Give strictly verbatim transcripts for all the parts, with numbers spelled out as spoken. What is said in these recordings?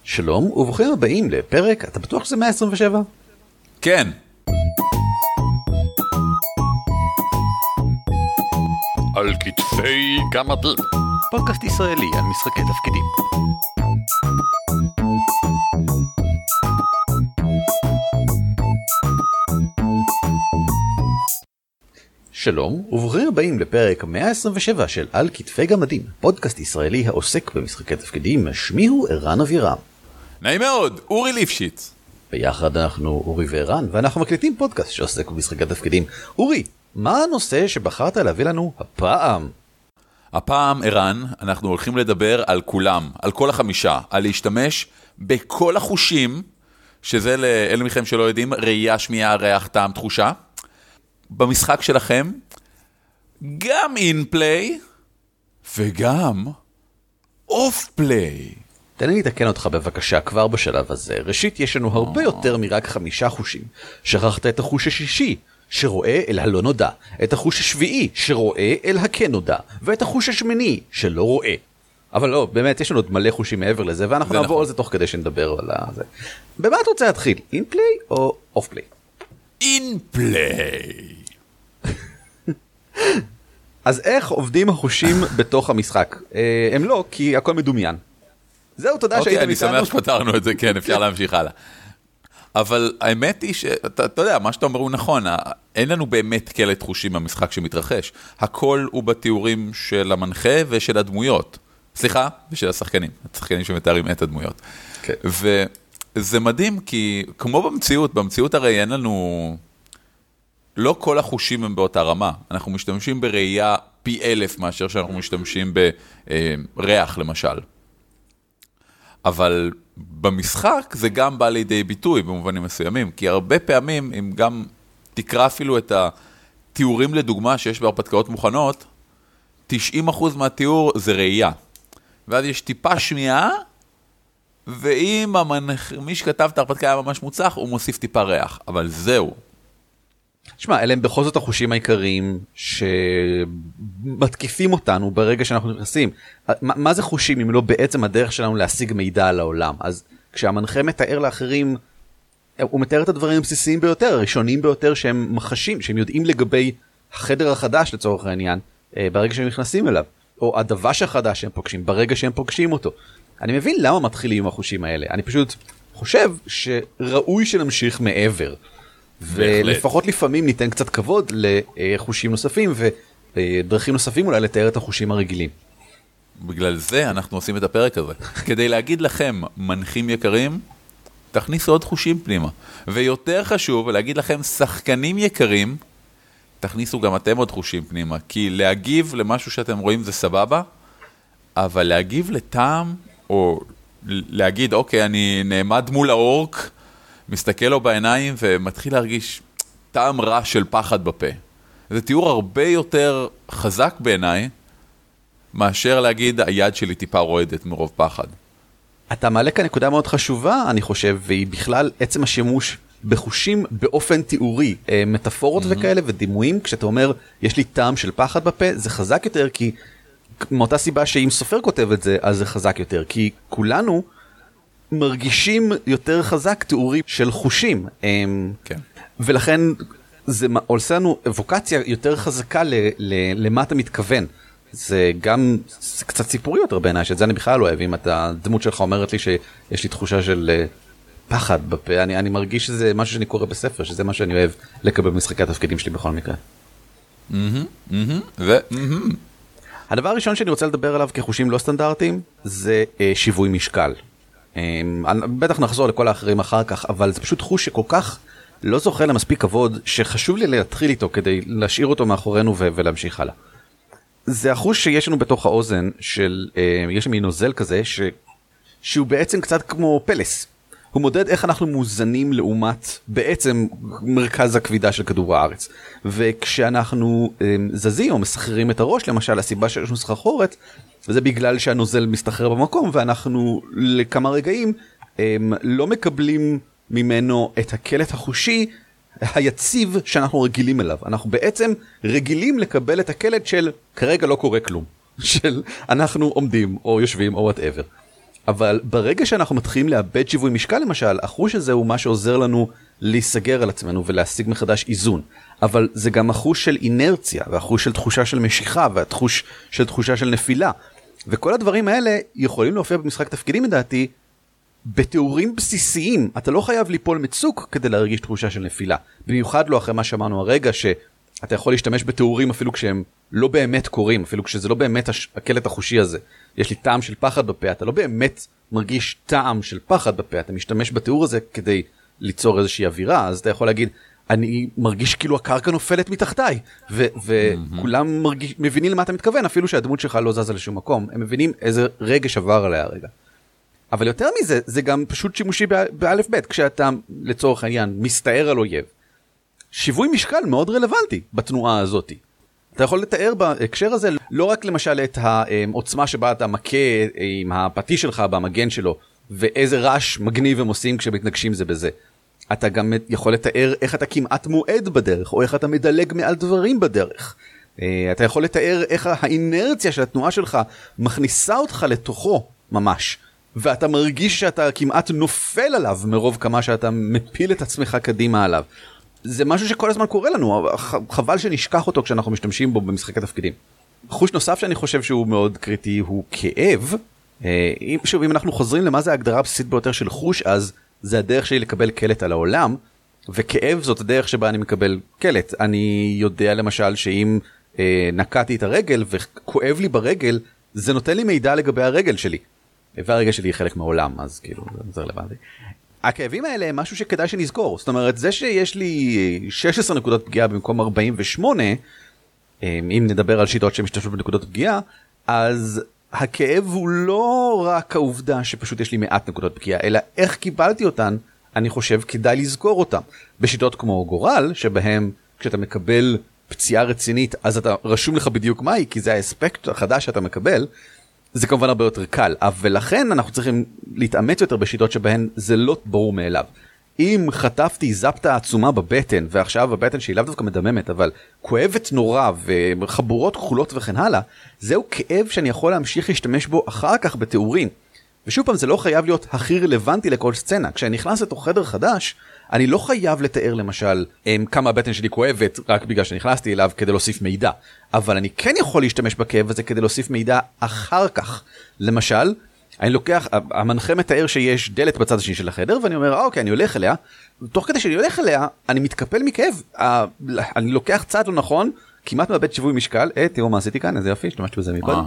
שלום וברוכים הבאים לפרק, אתה בטוח שזה מאה עשרים ושבע? כן. על כתפי גמדים. פודקאסט ישראלי על משחקי תפקידים. שלום וברוכים הבאים לפרק מאה עשרים ושבע של על כתפי גמדים, פודקאסט ישראלי העוסק במשחקי תפקידים. שמי הוא ערן אבירם. נעים מאוד, אורי ליפשיץ. ביחד אנחנו אורי וערן, ואנחנו מקליטים פודקאסט שעוסק במשחקי תפקידים. אורי, מה הנושא שבחרת להביא לנו הפעם? הפעם, ערן, אנחנו הולכים לדבר על כולם, על כל החמישה, על להשתמש בכל החושים, שזה לאלה מכם שלא יודעים, ראייה, שמיעה, ריח, טעם, תחושה, במשחק שלכם, גם אין-פליי וגם אוף-פליי. תן לי לתקן אותך בבקשה כבר בשלב הזה. ראשית, יש לנו הרבה יותר מרק חמישה חושים. שכחת את החוש השישי, שרואה אל הלא נודע, את החוש השביעי, שרואה אל הכן נודע, ואת החוש השמיני, שלא רואה. אבל לא, באמת, יש לנו עוד מלא חושים מעבר לזה, ואנחנו נעבור על זה תוך כדי שנדבר על זה. במה אתה רוצה להתחיל? אין-פליי או אוף-פליי? אין-פליי. אז איך עובדים החושים בתוך המשחק? הם לא, כי הכל מדומיין. זהו, תודה שהייתם איתנו. איתנו. אוקיי, אני שמח שפתרנו את זה, כן, אפשר להמשיך הלאה. אבל האמת היא שאתה אתה יודע, מה שאתה אומר הוא נכון, אין לנו באמת קלט חושים במשחק שמתרחש. הכל הוא בתיאורים של המנחה ושל הדמויות. סליחה, ושל השחקנים. השחקנים שמתארים את הדמויות. כן. וזה מדהים, כי כמו במציאות, במציאות הרי אין לנו... לא כל החושים הם באותה רמה. אנחנו משתמשים בראייה פי אלף מאשר שאנחנו משתמשים בריח, למשל. אבל במשחק זה גם בא לידי ביטוי במובנים מסוימים, כי הרבה פעמים, אם גם תקרא אפילו את התיאורים לדוגמה שיש בהרפתקאות מוכנות, תשעים אחוז מהתיאור זה ראייה. ואז יש טיפה שמיעה, ואם המנח... מי שכתב את ההרפתקה היה ממש מוצלח, הוא מוסיף טיפה ריח. אבל זהו. תשמע, אלה הם בכל זאת החושים העיקריים שמתקיפים אותנו ברגע שאנחנו נכנסים. מה, מה זה חושים אם לא בעצם הדרך שלנו להשיג מידע על העולם? אז כשהמנחה מתאר לאחרים, הוא מתאר את הדברים הבסיסיים ביותר, הראשונים ביותר שהם מחשים, שהם יודעים לגבי החדר החדש לצורך העניין, ברגע שהם נכנסים אליו. או הדבש החדש שהם פוגשים, ברגע שהם פוגשים אותו. אני מבין למה מתחילים עם החושים האלה. אני פשוט חושב שראוי שנמשיך מעבר. ולפחות לפעמים ניתן קצת כבוד לחושים נוספים ודרכים נוספים אולי לתאר את החושים הרגילים. בגלל זה אנחנו עושים את הפרק הזה. כדי להגיד לכם, מנחים יקרים, תכניסו עוד חושים פנימה. ויותר חשוב להגיד לכם, שחקנים יקרים, תכניסו גם אתם עוד חושים פנימה. כי להגיב למשהו שאתם רואים זה סבבה, אבל להגיב לטעם, או להגיד, אוקיי, אני נעמד מול האורק, מסתכל לו בעיניים ומתחיל להרגיש טעם רע של פחד בפה. זה תיאור הרבה יותר חזק בעיניי, מאשר להגיד, היד שלי טיפה רועדת מרוב פחד. אתה מעלה כאן נקודה מאוד חשובה, אני חושב, והיא בכלל עצם השימוש בחושים באופן תיאורי, מטאפורות mm-hmm. וכאלה ודימויים, כשאתה אומר, יש לי טעם של פחד בפה, זה חזק יותר, כי מאותה סיבה שאם סופר כותב את זה, אז זה חזק יותר, כי כולנו מרגישים יותר חזק תיאורי של חושים. כן. ולכן זה עושה לנו אבוקציה יותר חזקה ל, ל, למה אתה מתכוון. זה גם זה קצת סיפורי יותר בעיניי, שאת זה אני בכלל לא אוהב. אם אתה, הדמות שלך אומרת לי שיש לי תחושה של פחד בפה, אני, אני מרגיש שזה משהו שאני קורא בספר, שזה מה שאני אוהב לקבל במשחקי התפקידים שלי בכל מקרה. Mm-hmm, mm-hmm, ו... Mm-hmm. הדבר הראשון שאני רוצה לדבר עליו כחושים לא סטנדרטיים, זה אה, שיווי משקל. בטח נחזור לכל האחרים אחר כך, אבל זה פשוט חוש שכל כך לא זוכה למספיק כבוד, שחשוב לי להתחיל איתו כדי להשאיר אותו מאחורינו ולהמשיך הלאה. זה החוש שיש לנו בתוך האוזן, של, יש מין נוזל כזה, ש, שהוא בעצם קצת כמו פלס. הוא מודד איך אנחנו מוזנים לעומת בעצם מרכז הכבידה של כדור הארץ. וכשאנחנו זזים או מסחררים את הראש, למשל הסיבה שיש לנו סחרחורת, וזה בגלל שהנוזל מסתחרר במקום, ואנחנו לכמה רגעים לא מקבלים ממנו את הקלט החושי היציב שאנחנו רגילים אליו. אנחנו בעצם רגילים לקבל את הקלט של כרגע לא קורה כלום. של אנחנו עומדים או יושבים או whatever. אבל ברגע שאנחנו מתחילים לאבד שיווי משקל למשל, החוש הזה הוא מה שעוזר לנו להיסגר על עצמנו ולהשיג מחדש איזון. אבל זה גם החוש של אינרציה, והחוש של תחושה של משיכה, והתחוש של תחושה של נפילה. וכל הדברים האלה יכולים להופיע במשחק תפקידים לדעתי, בתיאורים בסיסיים. אתה לא חייב ליפול מצוק כדי להרגיש תחושה של נפילה. במיוחד לא אחרי מה שאמרנו הרגע, שאתה יכול להשתמש בתיאורים אפילו כשהם לא באמת קורים, אפילו כשזה לא באמת הקלט החושי הזה. יש לי טעם של פחד בפה, אתה לא באמת מרגיש טעם של פחד בפה, אתה משתמש בתיאור הזה כדי ליצור איזושהי אווירה, אז אתה יכול להגיד, אני מרגיש כאילו הקרקע נופלת מתחתיי, וכולם מרגיש, מבינים למה אתה מתכוון, אפילו שהדמות שלך לא זזה לשום מקום, הם מבינים איזה רגש עבר עליה הרגע. אבל יותר מזה, זה גם פשוט שימושי באלף בית, כשאתה לצורך העניין מסתער על אויב. שיווי משקל מאוד רלוונטי בתנועה הזאת. אתה יכול לתאר בהקשר הזה לא רק למשל את העוצמה שבה אתה מכה עם הפטיש שלך במגן שלו, ואיזה רעש מגניב הם עושים כשמתנגשים זה בזה. אתה גם יכול לתאר איך אתה כמעט מועד בדרך, או איך אתה מדלג מעל דברים בדרך. אתה יכול לתאר איך האינרציה של התנועה שלך מכניסה אותך לתוכו ממש. ואתה מרגיש שאתה כמעט נופל עליו מרוב כמה שאתה מפיל את עצמך קדימה עליו. זה משהו שכל הזמן קורה לנו, חבל שנשכח אותו כשאנחנו משתמשים בו במשחקי תפקידים. חוש נוסף שאני חושב שהוא מאוד קריטי הוא כאב. שוב, אם אנחנו חוזרים למה זה ההגדרה הבסיסית ביותר של חוש, אז זה הדרך שלי לקבל קלט על העולם, וכאב זאת הדרך שבה אני מקבל קלט. אני יודע למשל שאם נקעתי את הרגל וכואב לי ברגל, זה נותן לי מידע לגבי הרגל שלי. והרגל שלי היא חלק מהעולם, אז כאילו, זה רלוונטי. הכאבים האלה הם משהו שכדאי שנזכור. זאת אומרת, זה שיש לי שש עשרה נקודות פגיעה במקום ארבעים ושמונה, אם נדבר על שיטות שמשתמשות בנקודות פגיעה, אז הכאב הוא לא רק העובדה שפשוט יש לי מעט נקודות פגיעה, אלא איך קיבלתי אותן, אני חושב כדאי לזכור אותן. בשיטות כמו גורל, שבהם כשאתה מקבל פציעה רצינית, אז אתה רשום לך בדיוק מהי, כי זה האספקט החדש שאתה מקבל, זה כמובן הרבה יותר קל, אבל לכן אנחנו צריכים להתאמץ יותר בשיטות שבהן זה לא ברור מאליו. אם חטפתי זפתה עצומה בבטן, ועכשיו הבטן שהיא לאו דווקא מדממת, אבל כואבת נורא וחבורות כחולות וכן הלאה, זהו כאב שאני יכול להמשיך להשתמש בו אחר כך בתיאורים. ושוב פעם, זה לא חייב להיות הכי רלוונטי לכל סצנה. כשאני נכנס לתוך חדר חדש, אני לא חייב לתאר למשל כמה הבטן שלי כואבת רק בגלל שנכנסתי אליו כדי להוסיף מידע. אבל אני כן יכול להשתמש בכאב הזה כדי להוסיף מידע אחר כך. למשל, אני לוקח, המנחה מתאר שיש דלת בצד השני של החדר, ואני אומר, אה, אוקיי, אני הולך אליה. תוך כדי שאני הולך אליה, אני מתקפל מכאב. אני לוקח צעד לא נכון, כמעט מאבד שיווי משקל. אה, תראו מה עשיתי כאן, איזה יופי, השתמשתי בזה מקודם.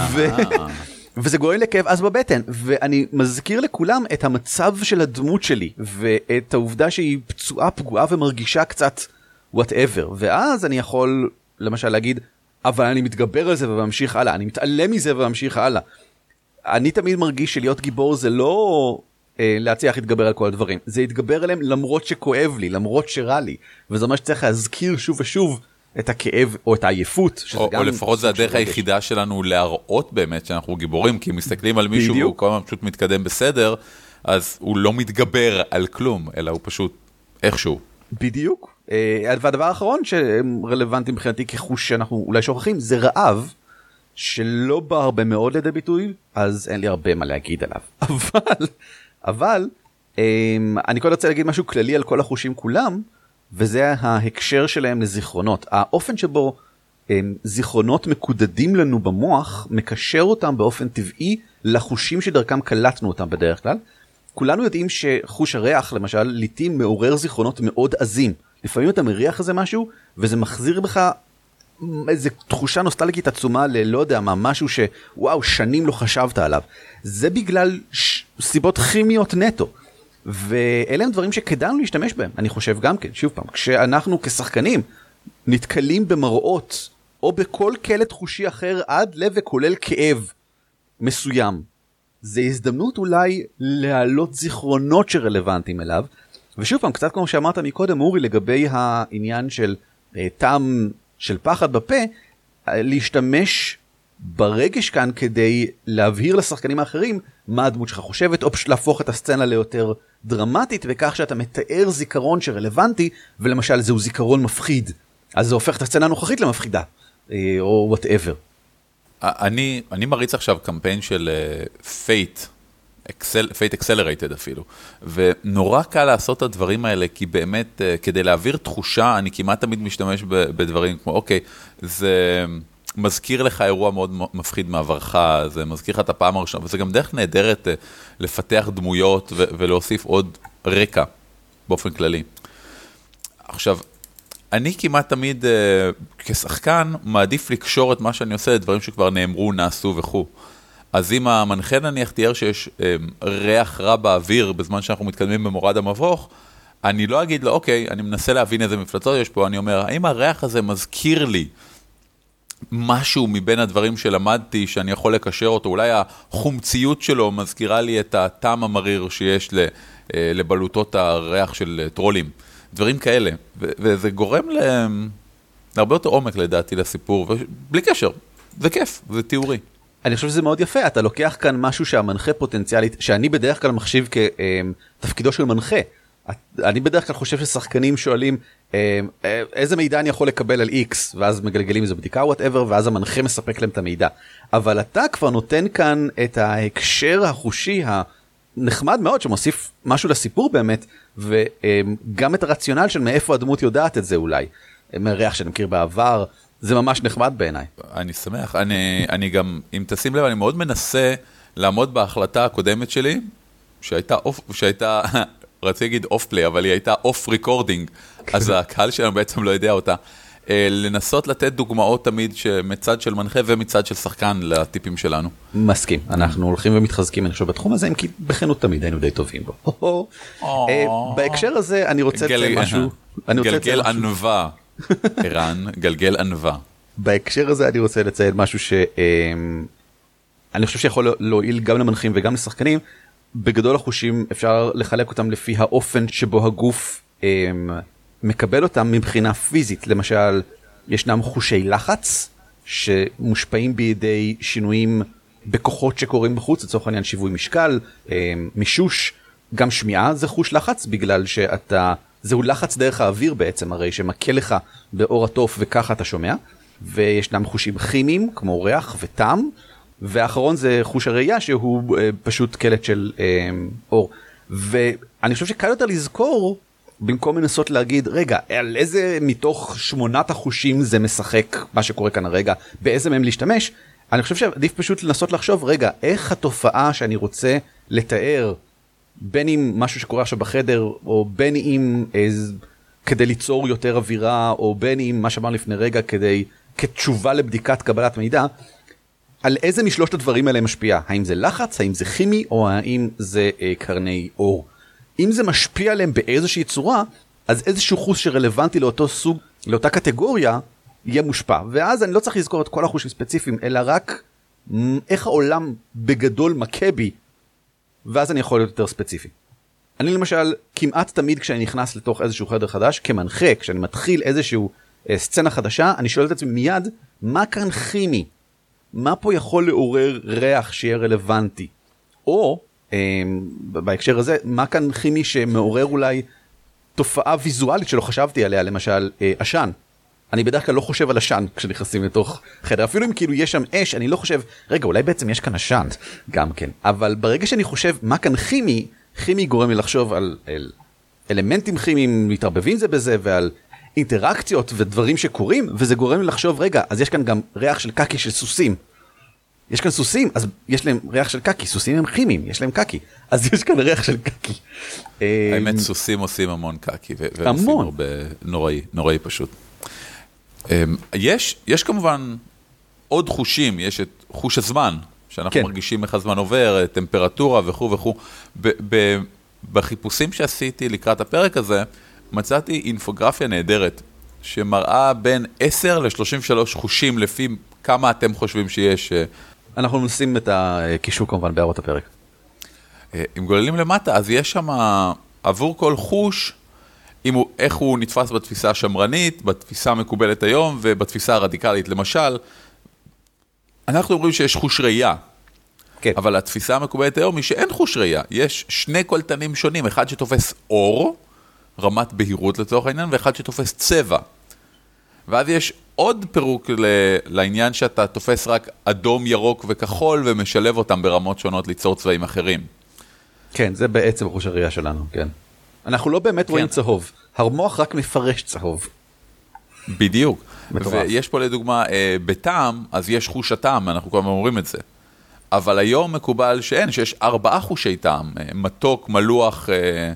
וזה גורם לכאב אז בבטן, ואני מזכיר לכולם את המצב של הדמות שלי, ואת העובדה שהיא פצועה, פגועה ומרגישה קצת whatever, ואז אני יכול למשל להגיד, אבל אני מתגבר על זה וממשיך הלאה, אני מתעלם מזה וממשיך הלאה. אני תמיד מרגיש שלהיות גיבור זה לא אה, להצליח להתגבר על כל הדברים, זה להתגבר עליהם למרות שכואב לי, למרות שרע לי, וזה אומר שצריך להזכיר שוב ושוב, את הכאב או את העייפות. או, או לפחות זה הדרך היחידה שלנו להראות באמת שאנחנו גיבורים, כי מסתכלים על מישהו והוא כל הזמן פשוט מתקדם בסדר, אז הוא לא מתגבר על כלום, אלא הוא פשוט איכשהו. בדיוק. והדבר האחרון שרלוונטי מבחינתי כחוש שאנחנו אולי שוכחים, זה רעב, שלא בא הרבה מאוד לידי ביטוי, אז אין לי הרבה מה להגיד עליו. אבל, אבל, אני קודם רוצה להגיד משהו כללי על כל החושים כולם, וזה ההקשר שלהם לזיכרונות. האופן שבו הם, זיכרונות מקודדים לנו במוח, מקשר אותם באופן טבעי לחושים שדרכם קלטנו אותם בדרך כלל. כולנו יודעים שחוש הריח, למשל, לעתים מעורר זיכרונות מאוד עזים. לפעמים אתה מריח איזה משהו, וזה מחזיר בך איזו תחושה נוסטלגית עצומה ללא יודע מה, משהו שוואו, שנים לא חשבת עליו. זה בגלל ש... סיבות כימיות נטו. ואלה הם דברים שכדאנו להשתמש בהם, אני חושב גם כן, שוב פעם, כשאנחנו כשחקנים נתקלים במראות, או בכל קלט חושי אחר עד לב וכולל כאב מסוים, זה הזדמנות אולי להעלות זיכרונות שרלוונטיים אליו, ושוב פעם, קצת כמו שאמרת מקודם, אורי, לגבי העניין של אה, טעם של פחד בפה, להשתמש ברגש כאן כדי להבהיר לשחקנים האחרים מה הדמות שלך חושבת, או פשוט להפוך את הסצנה ליותר דרמטית, וכך שאתה מתאר זיכרון שרלוונטי, ולמשל זהו זיכרון מפחיד, אז זה הופך את הסצנה הנוכחית למפחידה, או whatever. אני, אני מריץ עכשיו קמפיין של פייט Fate Accelerated אפילו. ונורא קל לעשות את הדברים האלה, כי באמת, כדי להעביר תחושה, אני כמעט תמיד משתמש בדברים כמו, אוקיי, זה מזכיר לך אירוע מאוד מפחיד מעברך, זה מזכיר לך את הפעם הראשונה, וזה גם דרך נהדרת לפתח דמויות ולהוסיף עוד רקע באופן כללי. עכשיו, אני כמעט תמיד כשחקן מעדיף לקשור את מה שאני עושה לדברים שכבר נאמרו, נעשו וכו'. אז אם המנחה נניח תיאר שיש ריח רע באוויר בזמן שאנחנו מתקדמים במורד המבוך, אני לא אגיד לו, אוקיי, אני מנסה להבין איזה מפלצות יש פה, אני אומר, האם הריח הזה מזכיר לי משהו מבין הדברים שלמדתי שאני יכול לקשר אותו, אולי החומציות שלו מזכירה לי את הטעם המריר שיש לבלוטות הריח של טרולים, דברים כאלה, וזה גורם להרבה יותר עומק לדעתי לסיפור, ובלי קשר, זה כיף, זה תיאורי. אני חושב שזה מאוד יפה, אתה לוקח כאן משהו שהמנחה פוטנציאלית, שאני בדרך כלל מחשיב כתפקידו של מנחה. אני בדרך כלל חושב ששחקנים שואלים, איזה מידע אני יכול לקבל על X, ואז מגלגלים איזו בדיקה, whatever, ואז המנחה מספק להם את המידע. אבל אתה כבר נותן כאן את ההקשר החושי הנחמד מאוד, שמוסיף משהו לסיפור באמת, וגם את הרציונל של מאיפה הדמות יודעת את זה אולי. מריח שאני מכיר בעבר, זה ממש נחמד בעיניי. אני שמח. אני, אני גם, אם תשים לב, אני מאוד מנסה לעמוד בהחלטה הקודמת שלי, שהייתה אוף, שהייתה, רציתי להגיד אוף פליי, אבל היא הייתה אוף ריקורדינג, אז הקהל שלנו בעצם לא יודע אותה. לנסות לתת דוגמאות תמיד מצד של מנחה ומצד של שחקן לטיפים שלנו. מסכים. אנחנו הולכים ומתחזקים, אני חושב, בתחום הזה, אם כי בכנות תמיד היינו די טובים בו. בהקשר הזה, אני רוצה לציין משהו. גלגל ענווה. ערן, גלגל ענווה. בהקשר הזה אני רוצה לציין משהו שאני חושב שיכול להועיל גם למנחים וגם לשחקנים. בגדול החושים אפשר לחלק אותם לפי האופן שבו הגוף מקבל אותם מבחינה פיזית. למשל, ישנם חושי לחץ שמושפעים בידי שינויים בכוחות שקורים בחוץ, לצורך העניין שיווי משקל, מישוש, גם שמיעה זה חוש לחץ, בגלל שאתה, זהו לחץ דרך האוויר בעצם, הרי שמכה לך באור התוף וככה אתה שומע, וישנם חושים כימיים כמו ריח וטעם, והאחרון זה חוש הראייה שהוא פשוט קלט של אור. ואני חושב שקל יותר לזכור, במקום לנסות להגיד, רגע, על איזה מתוך שמונת החושים זה משחק מה שקורה כאן הרגע, באיזה מהם להשתמש, אני חושב שעדיף פשוט לנסות לחשוב, רגע, איך התופעה שאני רוצה לתאר, בין אם משהו שקורה עכשיו בחדר, או בין אם איז, כדי ליצור יותר אווירה, או בין אם מה שאמר לפני רגע, כדי, כתשובה לבדיקת קבלת מידע, על איזה משלושת הדברים האלה משפיע? האם זה לחץ, האם זה כימי, או האם זה אה, קרני אור? אם זה משפיע עליהם באיזושהי צורה, אז איזשהו חוש שרלוונטי לאותו סוג, לאותה קטגוריה, יהיה מושפע. ואז אני לא צריך לזכור את כל החושים ספציפיים, אלא רק איך העולם בגדול מכה בי, ואז אני יכול להיות יותר ספציפי. אני למשל, כמעט תמיד כשאני נכנס לתוך איזשהו חדר חדש, כמנחה, כשאני מתחיל איזשהו אה, סצנה חדשה, אני שואל את עצמי מיד, מה כאן כימי? מה פה יכול לעורר ריח שיהיה רלוונטי? או, אה, בהקשר הזה, מה כאן כימי שמעורר אולי תופעה ויזואלית שלא חשבתי עליה, למשל, אה, עשן. אני בדרך כלל לא חושב על עשן כשנכנסים לתוך חדר. אפילו אם כאילו יש שם אש, אני לא חושב, רגע, אולי בעצם יש כאן עשן, גם כן. אבל ברגע שאני חושב מה כאן כימי, כימי גורם לי לחשוב על, על אלמנטים כימיים מתערבבים זה בזה, ועל אינטראקציות ודברים שקורים, וזה גורם לי לחשוב, רגע, אז יש כאן גם ריח של קקי של סוסים. יש כאן סוסים, אז יש להם ריח של קקי, סוסים הם כימיים, יש להם קקי, אז יש כאן ריח של קקי. האמת, סוסים עושים המון קקי, ועושים הרבה נוראי, נוראי פשוט. יש, יש כמובן עוד חושים, יש את חוש הזמן, שאנחנו כן. מרגישים איך הזמן עובר, טמפרטורה וכו' וכו'. ב- ב- בחיפושים שעשיתי לקראת הפרק הזה, מצאתי אינפוגרפיה נהדרת, שמראה בין עשר ל-שלושים ושלוש חושים, לפי כמה אתם חושבים שיש. אנחנו נשים את הקישור כמובן בהערות הפרק. אם גוללים למטה, אז יש שם עבור כל חוש, אם הוא, איך הוא נתפס בתפיסה השמרנית, בתפיסה המקובלת היום, ובתפיסה הרדיקלית. למשל, אנחנו אומרים שיש חוש ראייה, כן. אבל התפיסה המקובלת היום היא שאין חוש ראייה. יש שני קולטנים שונים, אחד שתופס אור, רמת בהירות לצורך העניין, ואחד שתופס צבע. ואז יש עוד פירוק לעניין שאתה תופס רק אדום, ירוק וכחול, ומשלב אותם ברמות שונות ליצור צבעים אחרים. כן, זה בעצם חוש הראייה שלנו, כן. אנחנו לא באמת רואים צהוב, המוח רק מפרש צהוב. בדיוק. ויש פה לדוגמה, בטעם, אז יש חוש הטעם, אנחנו כבר אומרים את זה. אבל היום מקובל שאין, שיש ארבעה חושי טעם, מתוק, מלוח,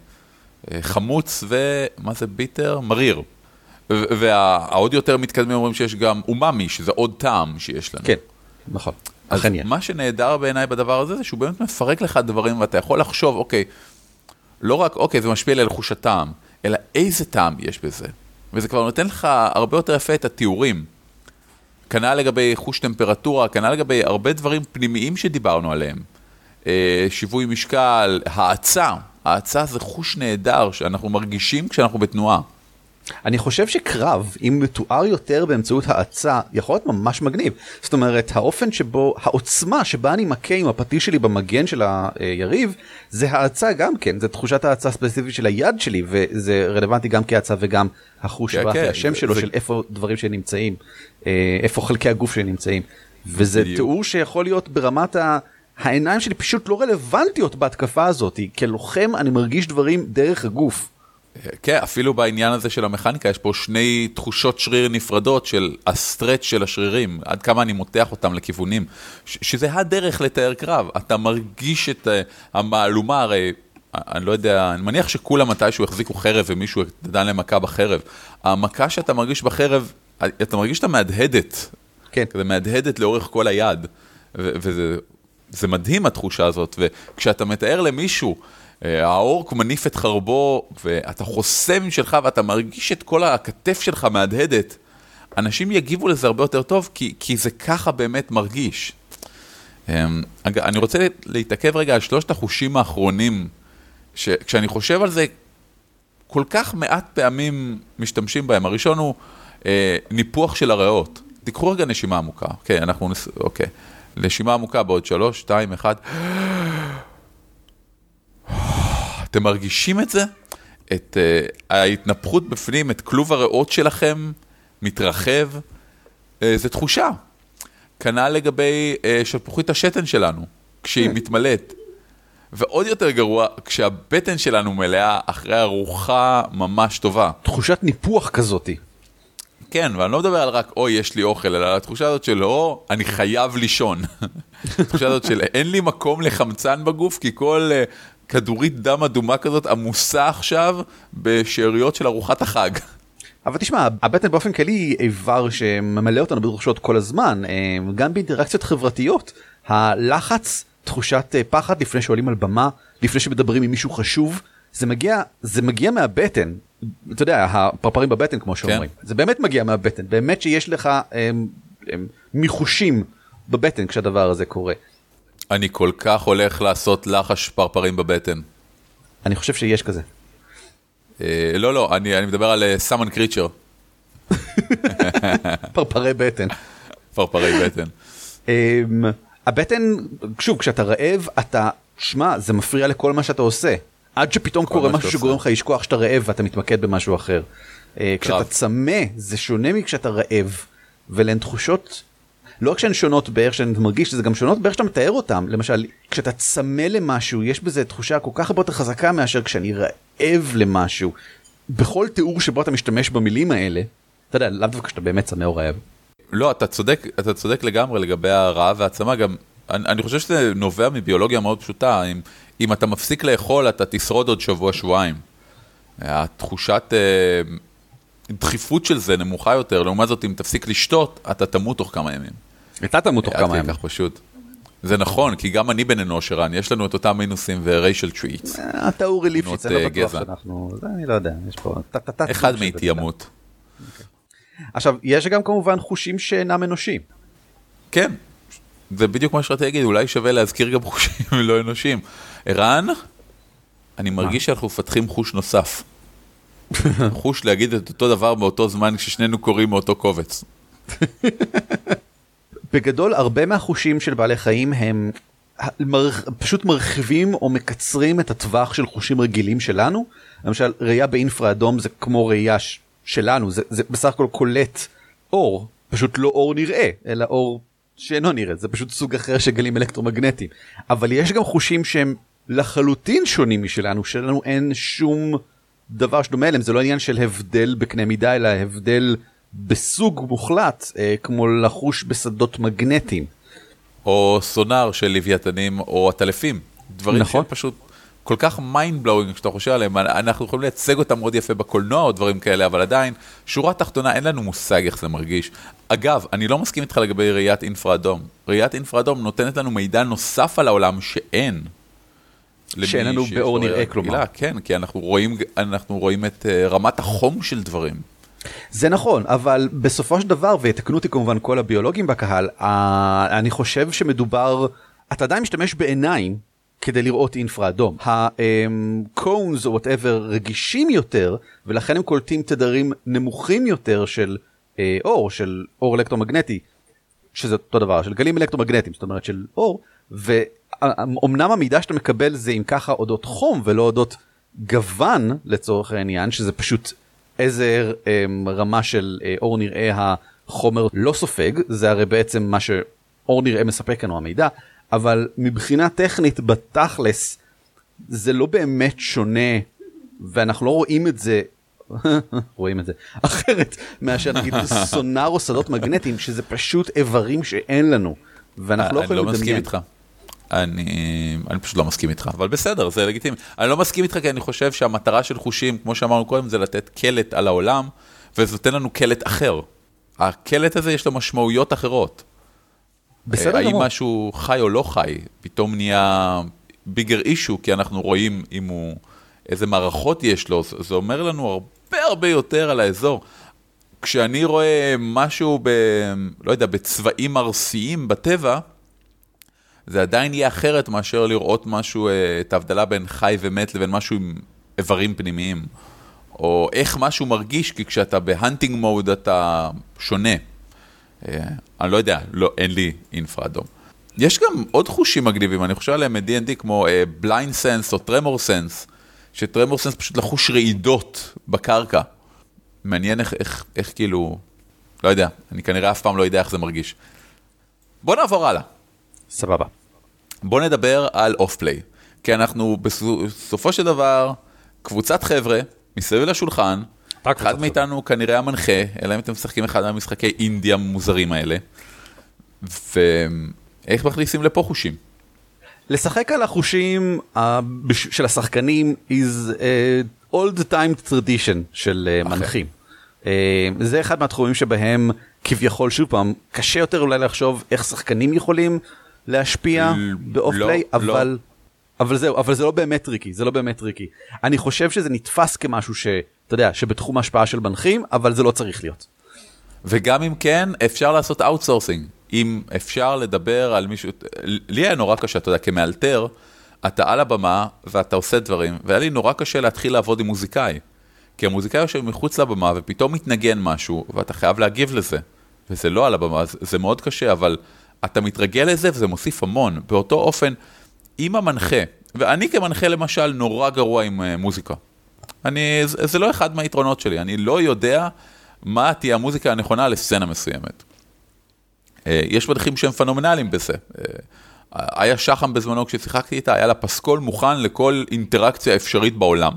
חמוץ ומה זה ביטר? מריר. והעוד יותר מתקדמים אומרים שיש גם אומאמי, שזה עוד טעם שיש לנו. כן, נכון. אז מה שנהדר בעיניי בדבר הזה, זה שהוא באמת מפרק לך דברים, ואתה יכול לחשוב, אוקיי, לא רק, אוקיי, זה משפיע על חוש הטעם, אלא איזה טעם יש בזה. וזה כבר נותן לך הרבה יותר יפה את התיאורים. כנ"ל לגבי חוש טמפרטורה, כנ"ל לגבי הרבה דברים פנימיים שדיברנו עליהם. שיווי משקל, האצה. האצה זה חוש נהדר שאנחנו מרגישים כשאנחנו בתנועה. אני חושב שקרב, אם מתואר יותר באמצעות האצה, יכול להיות ממש מגניב. זאת אומרת, האופן שבו, העוצמה שבה אני מכה עם הפטיש שלי במגן של היריב, זה האצה גם כן, זה תחושת האצה ספציפית של היד שלי, וזה רלוונטי גם כאצה וגם החוש והשם שלו, של איפה דברים שנמצאים, איפה חלקי הגוף שנמצאים. וזה תיאור שיכול להיות ברמת ה... העיניים שלי פשוט לא רלוונטיות בהתקפה הזאת, כלוחם אני מרגיש דברים דרך הגוף. כן, אפילו בעניין הזה של המכניקה, יש פה שני תחושות שריר נפרדות של הסטרץ' של השרירים, עד כמה אני מותח אותם לכיוונים, שזה הדרך לתאר קרב, אתה מרגיש את המעלומה, הרי, אני לא יודע, אני מניח שכולם מתישהו החזיקו חרב ומישהו דן למכה בחרב, המכה שאתה מרגיש בחרב, אתה מרגיש שאתה מהדהדת, כן. כזה מהדהדת לאורך כל היד, וזה זה מדהים התחושה הזאת, וכשאתה מתאר למישהו, האורק מניף את חרבו, ואתה חוסם שלך, ואתה מרגיש את כל הכתף שלך מהדהדת, אנשים יגיבו לזה הרבה יותר טוב, כי, כי זה ככה באמת מרגיש. אני רוצה להתעכב רגע על שלושת החושים האחרונים, כשאני חושב על זה, כל כך מעט פעמים משתמשים בהם. הראשון הוא ניפוח של הריאות. תיקחו רגע נשימה עמוקה. אוקיי, אנחנו, אוקיי. נשימה עמוקה בעוד שלוש, שתיים, אחד. אתם מרגישים את זה? את uh, ההתנפחות בפנים, את כלוב הריאות שלכם מתרחב? Uh, זה תחושה. כנ"ל לגבי uh, שלפוחית השתן שלנו, כשהיא מתמלאת. ועוד יותר גרוע, כשהבטן שלנו מלאה אחרי ארוחה ממש טובה. תחושת ניפוח כזאת. כן, ואני לא מדבר על רק, אוי, יש לי אוכל, אלא התחושה הזאת של, או, אני חייב לישון. התחושה הזאת של, אין לי מקום לחמצן בגוף, כי כל uh, כדורית דם אדומה כזאת עמוסה עכשיו בשאריות של ארוחת החג. אבל תשמע, הבטן באופן כללי היא איבר שממלא אותנו בתחושות כל הזמן, גם באינטראקציות חברתיות. הלחץ, תחושת פחד לפני שעולים על במה, לפני שמדברים עם מישהו חשוב, זה מגיע, זה מגיע מהבטן. אתה יודע, הפרפרים בבטן, כמו שאומרים. כן. זה באמת מגיע מהבטן. באמת שיש לך הם, הם, מיחושים בבטן כשהדבר הזה קורה. אני כל כך הולך לעשות לחש פרפרים בבטן. אני חושב שיש כזה. אה, לא, לא, אני, אני מדבר על סאמן קריצ'ר. פרפרי בטן. פרפרי בטן. אה, הבטן, שוב, כשאתה רעב, אתה, שמה, זה מפריע לכל מה שאתה עושה. עד שפתאום קורה משהו שגורם לך לשכוח שאתה רעב ואתה מתמקד במשהו אחר. כשאתה צמא, זה שונה מכשאתה רעב, ולהן תחושות, לא רק שהן שונות באיך שהן מרגיש, זה גם שונות באיך שאתה מתאר אותן. למשל, כשאתה צמא למשהו, יש בזה תחושה כל כך הרבה יותר חזקה מאשר כשאני רעב למשהו. בכל תיאור שבו אתה משתמש במילים האלה, אתה יודע, לאו דווקא כשאתה באמת צמא או רעב. לא, אתה צודק, אתה צודק לגמרי לגבי הרעב והצמא, גם, אני, אני חושב שזה נובע מביולוגיה מאוד פשוטה, אם, אם אתה מפסיק לאכול, אתה תשרוד עוד שבוע, שבועיים. התחושת אה, דחיפות של זה נמוכה יותר, לעומת זאת, אם תפסיק לשתות, אתה תמות תוך כמה ימים. אתה תמות תוך כמה ימים. כך פשוט. זה נכון, כי גם אני בן אנוש, רן, יש לנו את אותם מינוסים ו-racial treats. אתה אורי ליפשיץ, אני לא בטוח שאנחנו, אני לא יודע, יש פה... אחד מאיתי ימות. עכשיו, יש גם כמובן חושים שאינם אנושיים. כן, זה בדיוק מה שרציתי להגיד, אולי שווה להזכיר גם חושים לא אנושיים. רן, אני מרגיש שאנחנו מפתחים חוש נוסף. חוש להגיד את אותו דבר באותו זמן כששנינו קוראים מאותו קובץ. בגדול, הרבה מהחושים של בעלי חיים הם פשוט מרחיבים או מקצרים את הטווח של חושים רגילים שלנו. למשל, ראייה באינפרה אדום זה כמו ראייה שלנו, זה, זה בסך הכל קולט אור, פשוט לא אור נראה, אלא אור שאינו נראה, זה פשוט סוג אחר של גלים אלקטרומגנטיים. אבל יש גם חושים שהם לחלוטין שונים משלנו, שלנו אין שום דבר שדומה להם, זה לא עניין של הבדל בקנה מידה, אלא הבדל בסוג מוחלט, אה, כמו לחוש בשדות מגנטיים. או סונר של לוויתנים או הטלפים. דברים נכון. שפשוט כל כך mind blowing כשאתה חושב עליהם, אנחנו יכולים לייצג אותם מאוד יפה בקולנוע או דברים כאלה, אבל עדיין, שורה תחתונה, אין לנו מושג איך זה מרגיש. אגב, אני לא מסכים איתך לגבי ראיית אינפרה אדום. ראיית אינפרה אדום נותנת לנו מידע נוסף על העולם שאין. שאין לנו באור נראה, כלומר. כן, כי אנחנו רואים, אנחנו רואים את רמת החום של דברים. זה נכון, אבל בסופו של דבר, ותקנו אותי כמובן כל הביולוגים בקהל, אני חושב שמדובר, אתה עדיין משתמש בעיניים כדי לראות אינפרה אדום. ה-cones או whatever רגישים יותר, ולכן הם קולטים תדרים נמוכים יותר של אור, של אור אלקטרומגנטי, שזה אותו דבר, של גלים אלקטרומגנטיים, זאת אומרת של אור, ואומנם המידע שאתה מקבל זה אם ככה אודות חום, ולא אודות גוון לצורך העניין, שזה פשוט איזה רמה של אור נראה החומר לא סופג, זה הרי בעצם מה שאור נראה מספק לנו המידע, אבל מבחינה טכנית בתכלס זה לא באמת שונה, ואנחנו לא רואים את זה, רואים את זה, אחרת מאשר נגיד סונר או שדות מגנטיים, שזה פשוט איברים שאין לנו, ואנחנו לא יכולים לדמיין. אני לא מסכים איתך. אני, אני פשוט לא מסכים איתך, אבל בסדר, זה לגיטימי. אני לא מסכים איתך כי אני חושב שהמטרה של חושים, כמו שאמרנו קודם, זה לתת קלט על העולם, וזה נותן לנו קלט אחר. הקלט הזה יש לו משמעויות אחרות. בסדר האם גמור. משהו חי או לא חי, פתאום נהיה ביגר אישו, כי אנחנו רואים אם הוא, איזה מערכות יש לו, זה אומר לנו הרבה הרבה יותר על האזור. כשאני רואה משהו ב, לא יודע, בצבעים ארסיים בטבע, זה עדיין יהיה אחרת מאשר לראות משהו, את ההבדלה בין חי ומת לבין משהו עם איברים פנימיים. או איך משהו מרגיש, כי כשאתה בהנטינג מוד אתה שונה. אני לא יודע, לא, אין לי אינפרה אדום. יש גם עוד חושים מגניבים, אני חושב עליהם מ-די אנד די כמו בליינד סנס או טרמור סנס, שטרמור סנס פשוט לחוש רעידות בקרקע. מעניין איך, איך, איך כאילו, לא יודע, אני כנראה אף פעם לא יודע איך זה מרגיש. בוא נעבור הלאה. סבבה. בוא נדבר על אוף-פליי, כי אנחנו בסופו של דבר, קבוצת חבר'ה, מסביב לשולחן, אחד מאיתנו כנראה המנחה, אלא אם אתם משחקים אחד מהמשחקי אינדיה מוזרים האלה, ואיך מכניסים לפה חושים? לשחק על החושים של השחקנים is a old time tradition של מנחים. זה אחד מהתחומים שבהם כביכול שוב פעם, קשה יותר אולי לחשוב איך שחקנים יכולים להשפיע באוף-פליי, אבל... אבל זהו, אבל זה לא באמת טריקי, זה לא באמת טריקי. אני חושב שזה נתפס כמשהו ש, אתה יודע, שבתחום ההשפעה של מנחים, אבל זה לא צריך להיות. וגם אם כן, אפשר לעשות אאוטסורסינג. אם אפשר לדבר על מישהו, לי היה נורא קשה, אתה יודע, כמאלתר, אתה על הבמה ואתה עושה דברים, והיה לי נורא קשה להתחיל לעבוד עם מוזיקאי. כי המוזיקאי יושב מחוץ לבמה ופתאום מתנגן משהו, ואתה חייב להגיב לזה. וזה לא על הבמה, זה מאוד קשה, אבל אתה מתרגל לזה וזה מוסיף המון. באותו אופן, עם המנחה, ואני כמנחה למשל נורא גרוע עם uh, מוזיקה. אני, זה, זה לא אחד מהיתרונות שלי, אני לא יודע מה תהיה המוזיקה הנכונה לסצנה מסוימת. Uh, יש מנחים שהם פנומנליים בזה. Uh, היה שחם בזמנו כששיחקתי איתה, היה לה פסקול מוכן לכל אינטראקציה אפשרית בעולם.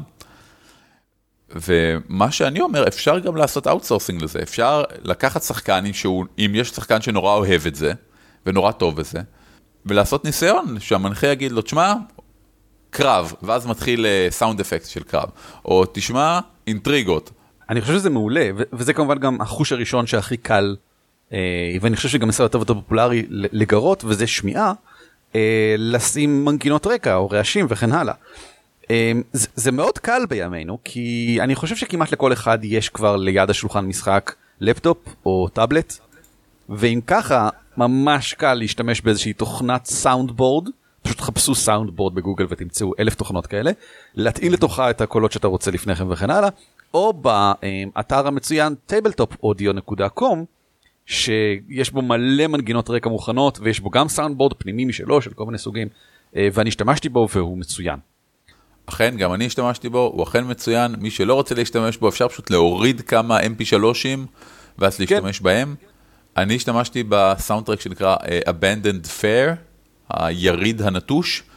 ומה שאני אומר, אפשר גם לעשות אאוטסורסינג לזה, אפשר לקחת שחקן, שהוא, אם יש שחקן שנורא אוהב את זה, ונורא טוב בזה, ולעשות ניסיון שהמנחה יגיד לו, תשמע, קרב, ואז מתחיל סאונד אפקט של קרב, או תשמע, אינטריגות. אני חושב שזה מעולה, וזה כמובן גם החוש הראשון שהכי קל, ואני חושב שגם מסע יותר יותר פופולרי לגרות, וזה שמיעה, לשים מנגינות רקע, או רעשים וכן הלאה. זה, זה מאוד קל בימינו, כי אני חושב שכמעט לכל אחד יש כבר ליד השולחן משחק לפטופ או טאבלט, ואם ככה, ממש קל להשתמש באיזושהי תוכנת סאונדבורד, פשוט חפשו סאונדבורד בגוגל ותמצאו אלף תוכנות כאלה, להתאים לתוכה את הקולות שאתה רוצה לפניכם וכן הלאה, או באתר המצוין טייבלטופ אודיו נקודה קום, שיש בו מלא מנגינות רקע מוכנות, ויש בו גם סאונדבורד פנימי משלו, של כל מיני סוגים, ואני השתמשתי בו והוא מצוין. אכן, גם אני השתמשתי בו, הוא אכן מצוין, מי שלא רוצה להשתמש בו, אפשר פשוט להוריד כמה אם פי שלושים, ואז להשתמש כן. בהם. אני השתמשתי בסאונדטרק שנקרא uh, Abandoned Fair, היריד הנטוש,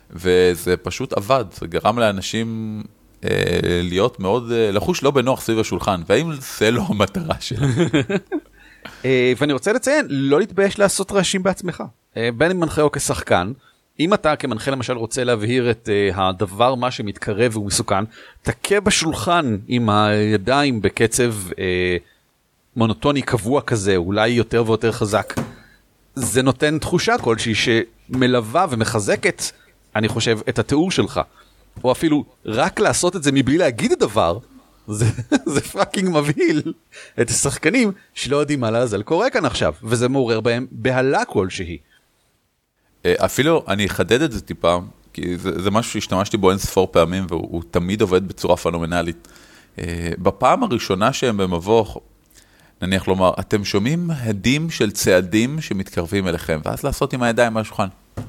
וזה פשוט עבד, זה גרם לאנשים אה, להיות מאוד, אה, לחוש לא בנוח סביב השולחן, והאם זה לא המטרה שלה? אה, ואני רוצה לציין, לא להתבייש לעשות רעשים בעצמך, אה, בין אם מנחה או כשחקן, אם אתה כמנחה למשל רוצה להבהיר את uh, הדבר מה שמתקרב והוא מסוכן, תכה בשולחן עם הידיים בקצב uh, מונוטוני קבוע כזה, אולי יותר ויותר חזק. זה נותן תחושה כלשהי שמלווה ומחזקת, אני חושב, את התיאור שלך. או אפילו רק לעשות את זה מבלי להגיד דבר, זה, זה פאקינג מבהיל את השחקנים שלא יודעים מה לעזל קורה כאן עכשיו, וזה מעורר בהם בהלה כלשהי. אפילו אני אחדד את זה טיפה, כי זה, זה משהו שהשתמשתי בו אין ספור פעמים, והוא תמיד עובד בצורה פנומנלית. בפעם הראשונה שהם במבוך, נניח לומר, אתם שומעים הדים של צעדים שמתקרבים אליכם, ואז לעשות עם הידיים מהשולחן.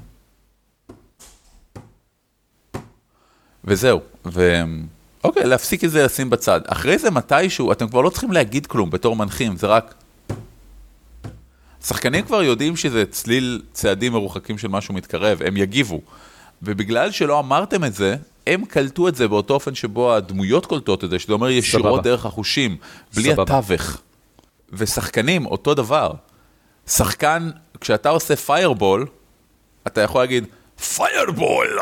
וזהו, ואוקיי, להפסיק את זה לשים בצד. אחרי זה מתישהו, אתם כבר לא צריכים להגיד כלום בתור מנחים, זה רק... שחקנים כבר יודעים שזה צליל צעדים מרוחקים של משהו מתקרב, הם יגיבו. ובגלל שלא אמרתם את זה, הם קלטו את זה באותו אופן שבו הדמויות קולטות את זה, שזה אומר ישירות סבבה. דרך החושים, בלי סבבה. התווך. ושחקנים, אותו דבר. שחקן, כשאתה עושה פיירבול, אתה יכול להגיד, פיירבול!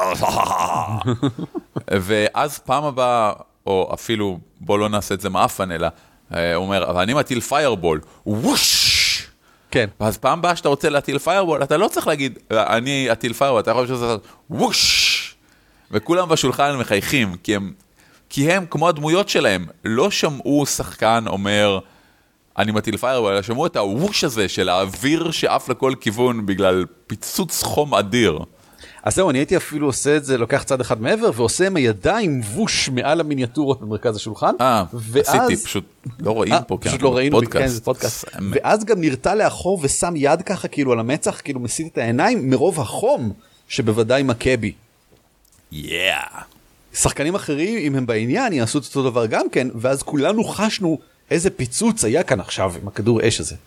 ואז פעם הבאה, או אפילו, בוא לא נעשה את זה מאפן, אלא, הוא אומר, אבל אני מטיל פיירבול, ווש! כן. ואז פעם באה שאתה רוצה להטיל פיירבול, אתה לא צריך להגיד, אני אטיל פיירבול, אתה יכול שזה לעשות, ווש! וכולם בשולחן מחייכים, כי הם, כי הם, כמו הדמויות שלהם, לא שמעו שחקן אומר, אני מטיל פיירבול, אלא שמעו את הווש הזה של האוויר שאף לכל כיוון, בגלל פיצוץ חום אדיר. אז זהו, אני הייתי אפילו עושה את זה, לוקח צד אחד מעבר, ועושה עם הידיים ווש מעל המיניאטורות במרכז השולחן. אה, עשיתי, פשוט לא רואים פה, פשוט לא ראינו, כן, זה פודקאסט. ואז גם נרתע לאחור ושם יד ככה, כאילו על המצח, כאילו מסיט את העיניים, מרוב החום, שבוודאי מכה בי. יאה. שחקנים אחרים, אם הם בעניין, יעשו את אותו דבר גם כן, ואז כולנו חשנו איזה פיצוץ היה כאן עכשיו עם הכדור אש הזה.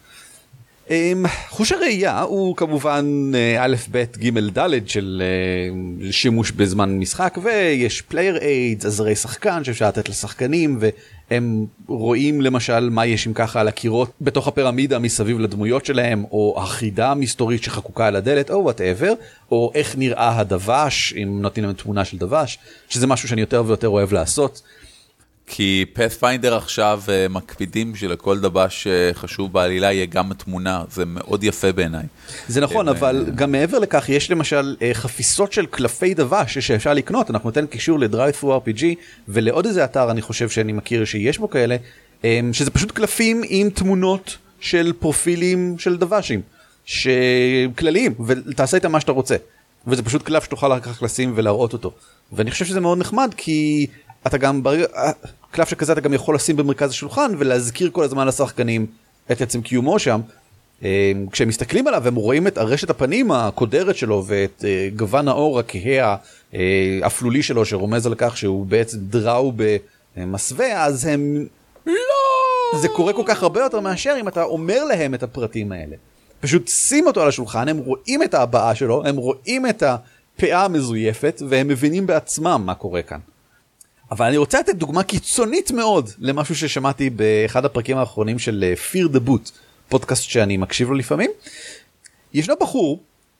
חוש הראייה הוא כמובן א' ב' ג' ד' של שימוש בזמן משחק, ויש פלייר איידס, עזרי שחקן שאפשר לתת לשחקנים, והם רואים למשל מה יש עם ככה על הקירות בתוך הפירמידה מסביב לדמויות שלהם, או החידה המסתורית שחקוקה על הדלת, או whatever, או איך נראה הדבש, אם נותנים להם תמונה של דבש, שזה משהו שאני יותר ויותר אוהב לעשות. כי Pathfinder עכשיו מקפידים שלכל דבש חשוב בעלילה יהיה גם תמונה, זה מאוד יפה בעיניי. זה נכון, אבל גם מעבר לכך יש למשל חפיסות של קלפי דבש שאפשר לקנות, אנחנו ניתן קישור ל-Drive-Thru אר פי ג'י ולעוד איזה אתר אני חושב שאני מכיר שיש בו כאלה, שזה פשוט קלפים עם תמונות של פרופילים של דבשים, שכלליים, ותעשה איתם מה שאתה רוצה, וזה פשוט קלף שתוכל לקח לשים ולהראות אותו, ואני חושב שזה מאוד נחמד כי... אתה גם, קלף שכזה אתה גם יכול לשים במרכז השולחן ולהזכיר כל הזמן לשחקנים את עצם קיומו שם. כשהם מסתכלים עליו הם רואים את הרשת הפנים הקודרת שלו ואת גוון האור הכהה האפלולי שלו שרומז על כך שהוא בעצם דראו במסווה, אז הם... לא! זה קורה כל כך הרבה יותר מאשר אם אתה אומר להם את הפרטים האלה. פשוט שים אותו על השולחן, הם רואים את ההבעה שלו, הם רואים את הפאה המזויפת והם מבינים בעצמם מה קורה כאן. אבל אני רוצה לתת דוגמה קיצונית מאוד למשהו ששמעתי באחד הפרקים האחרונים של Fear the Boot, פודקאסט שאני מקשיב לו לפעמים. ישנו בחור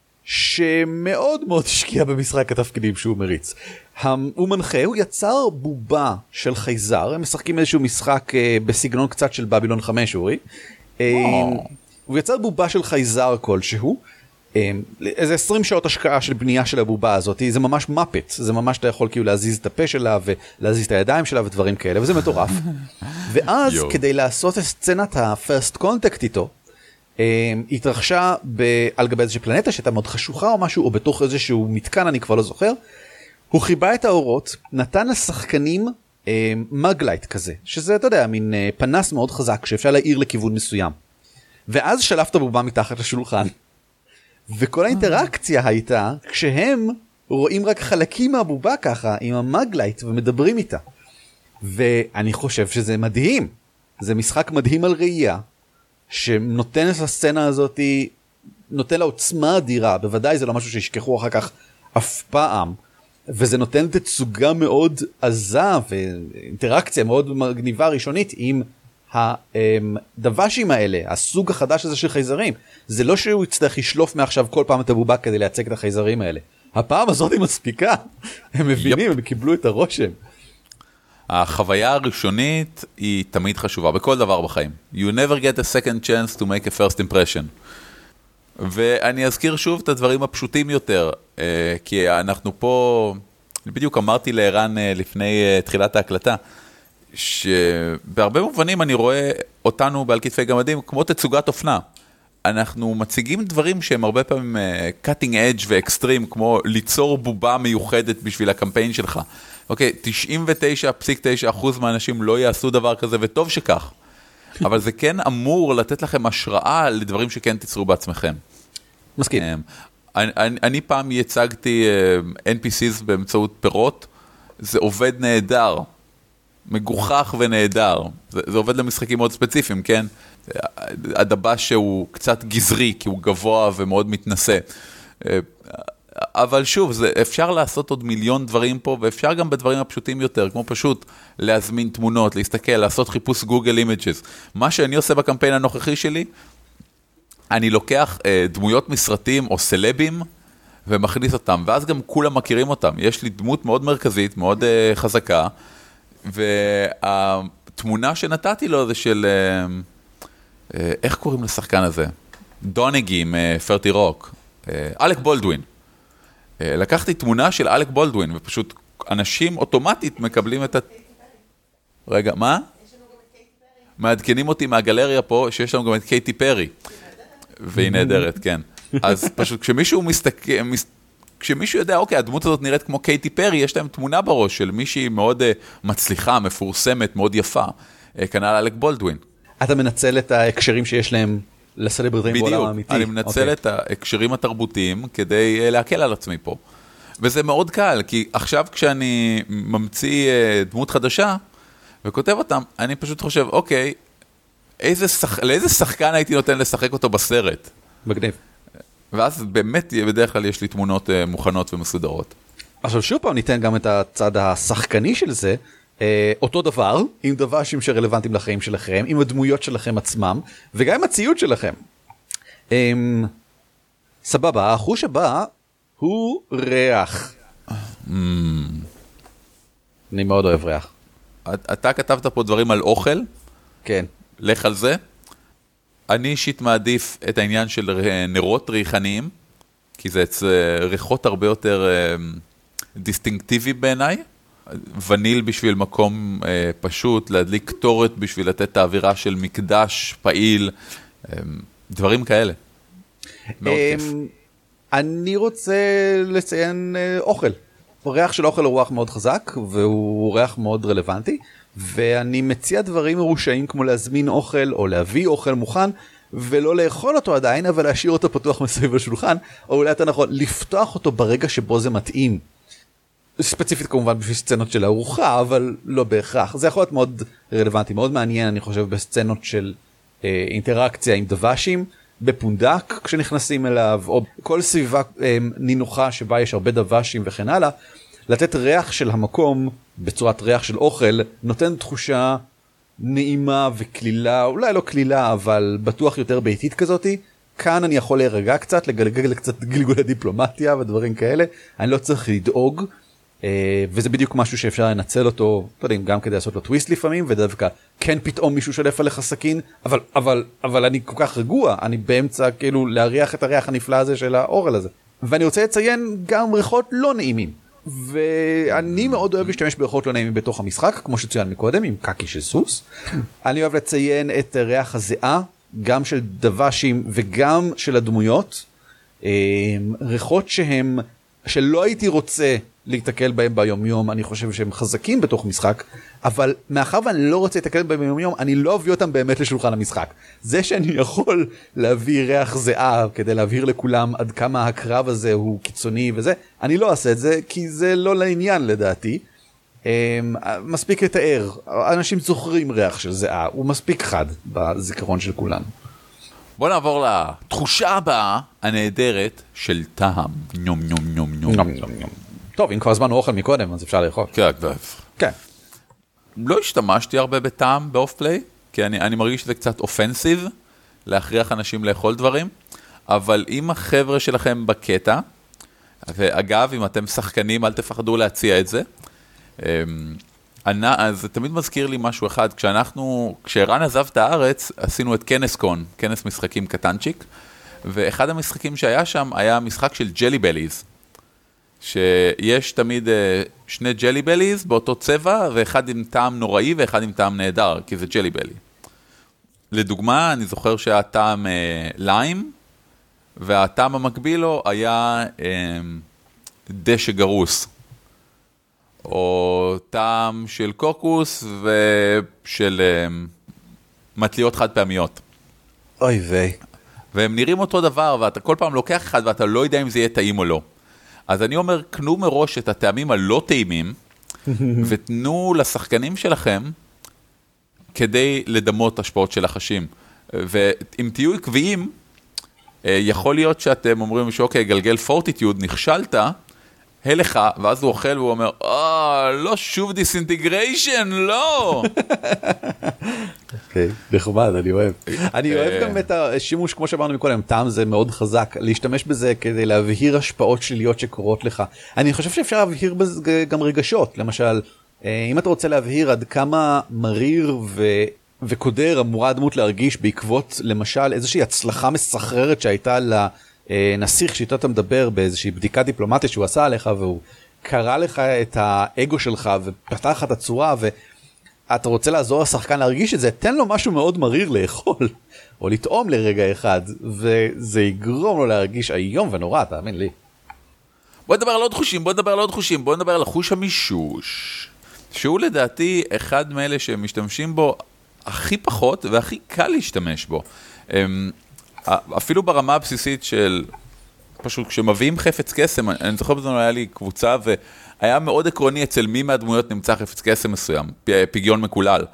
שמאוד מאוד השקיע במשחק התפקידים שהוא מריץ. הוא מנחה, הוא יצר בובה של חייזר, הם משחקים איזשהו משחק בסגנון קצת של בבילון חמש, אורי. הוא יצר בובה של חייזר כלשהו, איזה עשרים שעות השקעה של בנייה של הבובה הזאת, זה ממש מפת, זה ממש אתה יכול כאילו להזיז את הפה שלה ולהזיז את הידיים שלה ודברים כאלה, וזה מטורף. ואז כדי לעשות את סצנת ה-first contact איתו, התרחשה על גבי איזושהי פלנטה שהייתה מאוד חשוכה או משהו, או בתוך איזשהו מתקן, אני כבר לא זוכר, הוא חיבה את האורות, נתן לשחקנים מגלייט כזה, שזה אתה יודע, מין פנס מאוד חזק שאפשר להאיר לכיוון מסוים. ואז שלף את הבובה מתחת לשולחן. וכל האינטראקציה הייתה כשהם רואים רק חלקים מהבובה ככה עם המגלייט ומדברים איתה. ואני חושב שזה מדהים. זה משחק מדהים על ראייה שנותן את הסצנה הזאת, נותן לה עוצמה אדירה. בוודאי זה לא משהו שישכחו אחר כך אף פעם, וזה נותן תצוגה מאוד עזה ואינטראקציה מאוד מגניבה ראשונית עם הדבשים האלה, הסוג החדש הזה של חייזרים. זה לא שהוא יצטרך לשלוף מעכשיו כל פעם את הבובה כדי לייצג את החייזרים האלה. הפעם הזאת היא מספיקה. הם מבינים, הם קיבלו את הרושם. החוויה הראשונית היא תמיד חשובה, בכל דבר בחיים. You never get a second chance to make a first impression. ואני אזכיר שוב את הדברים הפשוטים יותר, כי אנחנו פה, בדיוק אמרתי לערן לפני תחילת ההקלטה, שבהרבה מובנים אני רואה אותנו בעל כתפי גמדים כמו תצוגת אופנה. אנחנו מציגים דברים שהם הרבה פעמים cutting edge ואקסטרים, כמו ליצור בובה מיוחדת בשביל הקמפיין שלך. אוקיי, תשעים ותשע נקודה תשע אחוז מהאנשים לא יעשו דבר כזה, וטוב שכך. אבל זה כן אמור לתת לכם השראה לדברים שכן תיצרו בעצמכם. מסכים. אני, אני, אני פעם יצגתי אן פי סי'ס באמצעות פירות, זה עובד נהדר, מגוחך ונהדר. זה, זה עובד למשחקים מאוד ספציפיים, כן? הדבש שהוא קצת גזרי, כי הוא גבוה ומאוד מתנשא. אבל שוב, זה, אפשר לעשות עוד מיליון דברים פה, ואפשר גם בדברים הפשוטים יותר, כמו פשוט להזמין תמונות, להסתכל, לעשות חיפוש גוגל אימג'ס. מה שאני עושה בקמפיין הנוכחי שלי, אני לוקח אה, דמויות מסרטים או סלבים, ומכניס אותם, ואז גם כולם מכירים אותם. יש לי דמות מאוד מרכזית, מאוד אה, חזקה, והתמונה שנתתי לו זה של, אה, אה, איך קוראים לשחקן הזה? דונגי מפרטי רוק, אה, אלק בולדווין. לקחתי תמונה של אלק בולדווין, ופשוט אנשים אוטומטית מקבלים את ה... רגע, מה? יש לנו גם את קייטי פרי. מעדכנים אותי מהגלריה פה, שיש לנו גם את קייטי פרי. והיא נהדרת, כן. אז פשוט כשמישהו מסתכל... כשמישהו יודע, אוקיי, הדמות הזאת נראית כמו קייטי פרי, יש להם תמונה בראש של מישהי מאוד מצליחה, מפורסמת, מאוד יפה. כנ"ל אלק בולדווין. אתה מנצל את ההקשרים שיש להם... לסלבריטאים בעולם האמיתי. בדיוק, אני מנצל את ההקשרים התרבותיים כדי להקל על עצמי פה. וזה מאוד קל, כי עכשיו כשאני ממציא דמות חדשה וכותב אותם, אני פשוט חושב, אוקיי, איזה שח... לאיזה שחקן הייתי נותן לשחק אותו בסרט? מגניב. ואז באמת בדרך כלל יש לי תמונות מוכנות ומסודרות. עכשיו שוב פעם ניתן גם את הצד השחקני של זה, אותו דבר, עם דבשים שרלוונטיים לחיים שלכם, עם הדמויות שלכם עצמם, וגם עם הציוד שלכם. סבבה, החוש הבא הוא ריח. אני מאוד אוהב ריח. אתה כתבת פה דברים על אוכל? כן. לך על זה. אני אישית מעדיף את העניין של נרות ריחניים, כי זה ריחות הרבה יותר דיסטינקטיבי בעיניי. וניל בשביל מקום אה, פשוט, להדליק קטורת בשביל לתת את האווירה של מקדש פעיל, אה, דברים כאלה. מאוד אה, כיף. אני רוצה לציין אה, אוכל. ריח של אוכל הוא ריח מאוד חזק, והוא ריח מאוד רלוונטי, ואני מציע דברים מרושעים כמו להזמין אוכל, או להביא אוכל מוכן, ולא לאכול אותו עדיין, אבל להשאיר אותו פתוח מסביב לשולחן, או אולי אתה נכון, לפתוח אותו ברגע שבו זה מתאים. ספציפית כמובן בשביל סצנות של ארוחה, אבל לא בהכרח. זה יכול להיות מאוד רלוונטי, מאוד מעניין, אני חושב, בסצנות של אה, אינטראקציה עם דבשים, בפונדק כשנכנסים אליו, או כל סביבה אה, נינוחה שבה יש הרבה דבשים וכן הלאה, לתת ריח של המקום בצורת ריח של אוכל, נותן תחושה נעימה וכלילה, אולי לא כלילה, אבל בטוח יותר ביתית כזאתי. כאן אני יכול להירגע קצת, לגלגל קצת גלגולי דיפלומטיה ודברים כאלה, אני לא צריך לדאוג, וזה בדיוק משהו שאפשר לנצל אותו, לא יודעים, גם כדי לעשות לו טוויסט לפעמים, ודווקא כן פתאום מישהו שלף עליך סכין, אבל, אבל, אבל אני כל כך רגוע, אני באמצע כאילו להריח את הריח הנפלא הזה של האורל הזה. ואני רוצה לציין גם ריחות לא נעימים, ואני מאוד אוהב להשתמש בריחות לא נעימים בתוך המשחק, כמו שצוין מקודם, עם קקי של סוס. אני אוהב לציין את ריח הזיעה, גם של דבשים וגם של הדמויות, ריחות שהם, שלא הייתי רוצה להתקל בהם ביום יום, אני חושב שהם חזקים בתוך משחק, אבל מאחר ואני לא רוצה להתקל בהם ביום יום, אני לא אביא אותם באמת לשולחן המשחק. זה שאני יכול להביא ריח זיעה כדי להבהיר לכולם עד כמה הקרב הזה הוא קיצוני וזה, אני לא אעשה את זה, כי זה לא לעניין לדעתי. מספיק לתאר, אנשים זוכרים ריח של זיעה, הוא מספיק חד בזיכרון של כולם. בוא נעבור לתחושה הבאה הנהדרת של טעם. ניום ניום ניום ניום. נום, נום, נום. טוב, אם כבר זמן אוכל מקודם, אז אפשר לאכול. כן, כן. לא השתמשתי הרבה בטעם באוף פליי, כי אני, אני מרגיש שזה קצת אופנסיב, להכריח אנשים לאכול דברים, אבל אם החבר'ה שלכם בקטע, ואגב, אם אתם שחקנים, אל תפחדו להציע את זה, אז זה תמיד מזכיר לי משהו אחד, כשאנחנו, כשרן עזב את הארץ, עשינו את כנס קון, כנס משחקים קטנצ'יק, ואחד המשחקים שהיה שם היה משחק של ג'לי בליז, שיש תמיד שני ג'לי בליז באותו צבע, ואחד עם טעם נוראי ואחד עם טעם נהדר, כי זה ג'לי בלי. לדוגמה, אני זוכר שהטעם ליים, והטעם המקביל לו היה דשא גרוס, או טעם של קוקוס ושל מטליות חד פעמיות. אוי ויי. והם נראים אותו דבר, ואתה כל פעם לוקח אחד ואתה לא יודע אם זה יהיה טעים או לא. אז אני אומר, קנו מראש את הטעמים הלא טעימים, ותנו לשחקנים שלכם כדי לדמות השפעות של החשים. ואם תהיו עקביים, יכול להיות שאתם אומרים שאוקיי, גלגל פורטיטיוד, נכשלת, הלך, ואז הוא אוכל והוא אומר, אה, לא שוב דיסאינטגריישן, לא! אוקיי, נחמד, אני אוהב. אני אוהב גם את השימוש, כמו שאמרנו מקודם, טעם זה מאוד חזק, להשתמש בזה כדי להבהיר השפעות שליליות שקורות לך. אני חושב שאפשר להבהיר בזה גם רגשות, למשל, אם אתה רוצה להבהיר עד כמה מריר ו... וקודר אמורה הדמות להרגיש בעקבות, למשל, איזושהי הצלחה מסחררת שהייתה לנסיך שאיתו אתה מדבר באיזושהי בדיקה דיפלומטית שהוא עשה עליך, והוא קרא לך את האגו שלך ופתח את הצורה, ואתה רוצה לעזור לשחקן להרגיש את זה, תן לו משהו מאוד מריר לאכול, או לטעום לרגע אחד, וזה יגרום לו להרגיש איום ונורא, תאמין לי. בוא נדבר על עוד חושים, בוא נדבר על עוד חושים, בוא נדבר על החוש המישוש, שהוא לדעתי אחד מאלה שמשתמשים בו הכי פחות והכי קל להשתמש בו. אפילו ברמה הבסיסית של, פשוט כשמביאים חפץ קסם, אני זוכר בזמן היה לי קבוצה והיה מאוד עקרוני אצל מי מהדמויות נמצא חפץ קסם מסוים, פגיון מקולל.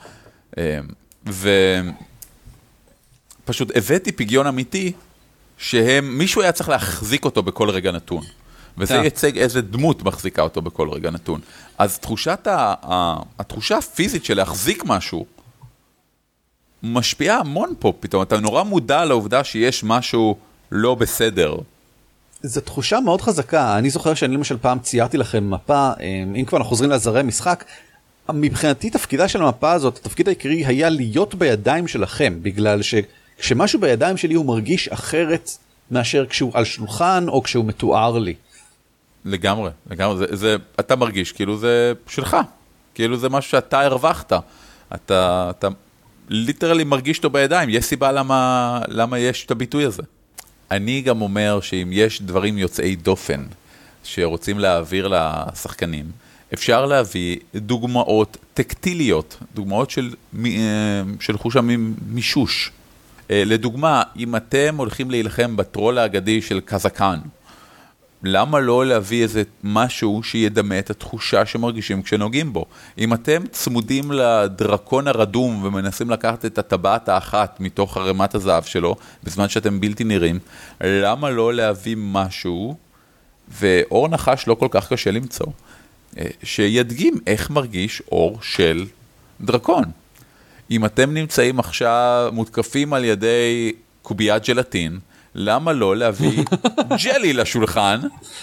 ופשוט הבאתי פגיון אמיתי, שמישהו היה צריך להחזיק אותו בכל רגע נתון. וזה יצג איזה דמות מחזיקה אותו בכל רגע נתון. אז תחושת התחושה הפיזית של להחזיק משהו, משפיעה המון פה פתאום, אתה נורא מודע לעובדה שיש משהו לא בסדר. זו תחושה מאוד חזקה, אני זוכר שאני למשל פעם ציירתי לכם מפה, אם כבר אנחנו חוזרים לעזרי משחק, מבחינתי תפקידה של המפה הזאת, התפקיד העיקרי היה להיות בידיים שלכם, בגלל שכשמשהו בידיים שלי הוא מרגיש אחרת מאשר כשהוא על שולחן או כשהוא מתואר לי. לגמרי, לגמרי, זה, זה, אתה מרגיש כאילו זה שלך, כאילו זה משהו שאתה הרווחת, אתה, אתה ליטרלי מרגיש אותו בידיים, יש סיבה למה, למה יש את הביטוי הזה. אני גם אומר שאם יש דברים יוצאי דופן שרוצים להעביר לשחקנים, אפשר להביא דוגמאות טקטיליות, דוגמאות של, של חוש המישוש. לדוגמה, אם אתם הולכים להילחם בטרול האגדי של קזקן, למה לא להביא איזה משהו שידמה את התחושה שמרגישים כשנוגעים בו? אם אתם צמודים לדרקון הרדום ומנסים לקחת את הטבעת האחת מתוך הרמת הזהב שלו, בזמן שאתם בלתי נראים, למה לא להביא משהו, ואור נחש לא כל כך קשה למצוא, שידגים איך מרגיש אור של דרקון. אם אתם נמצאים עכשיו מותקפים על ידי קוביית ג'לטין, למה לא להביא ג'לי לשולחן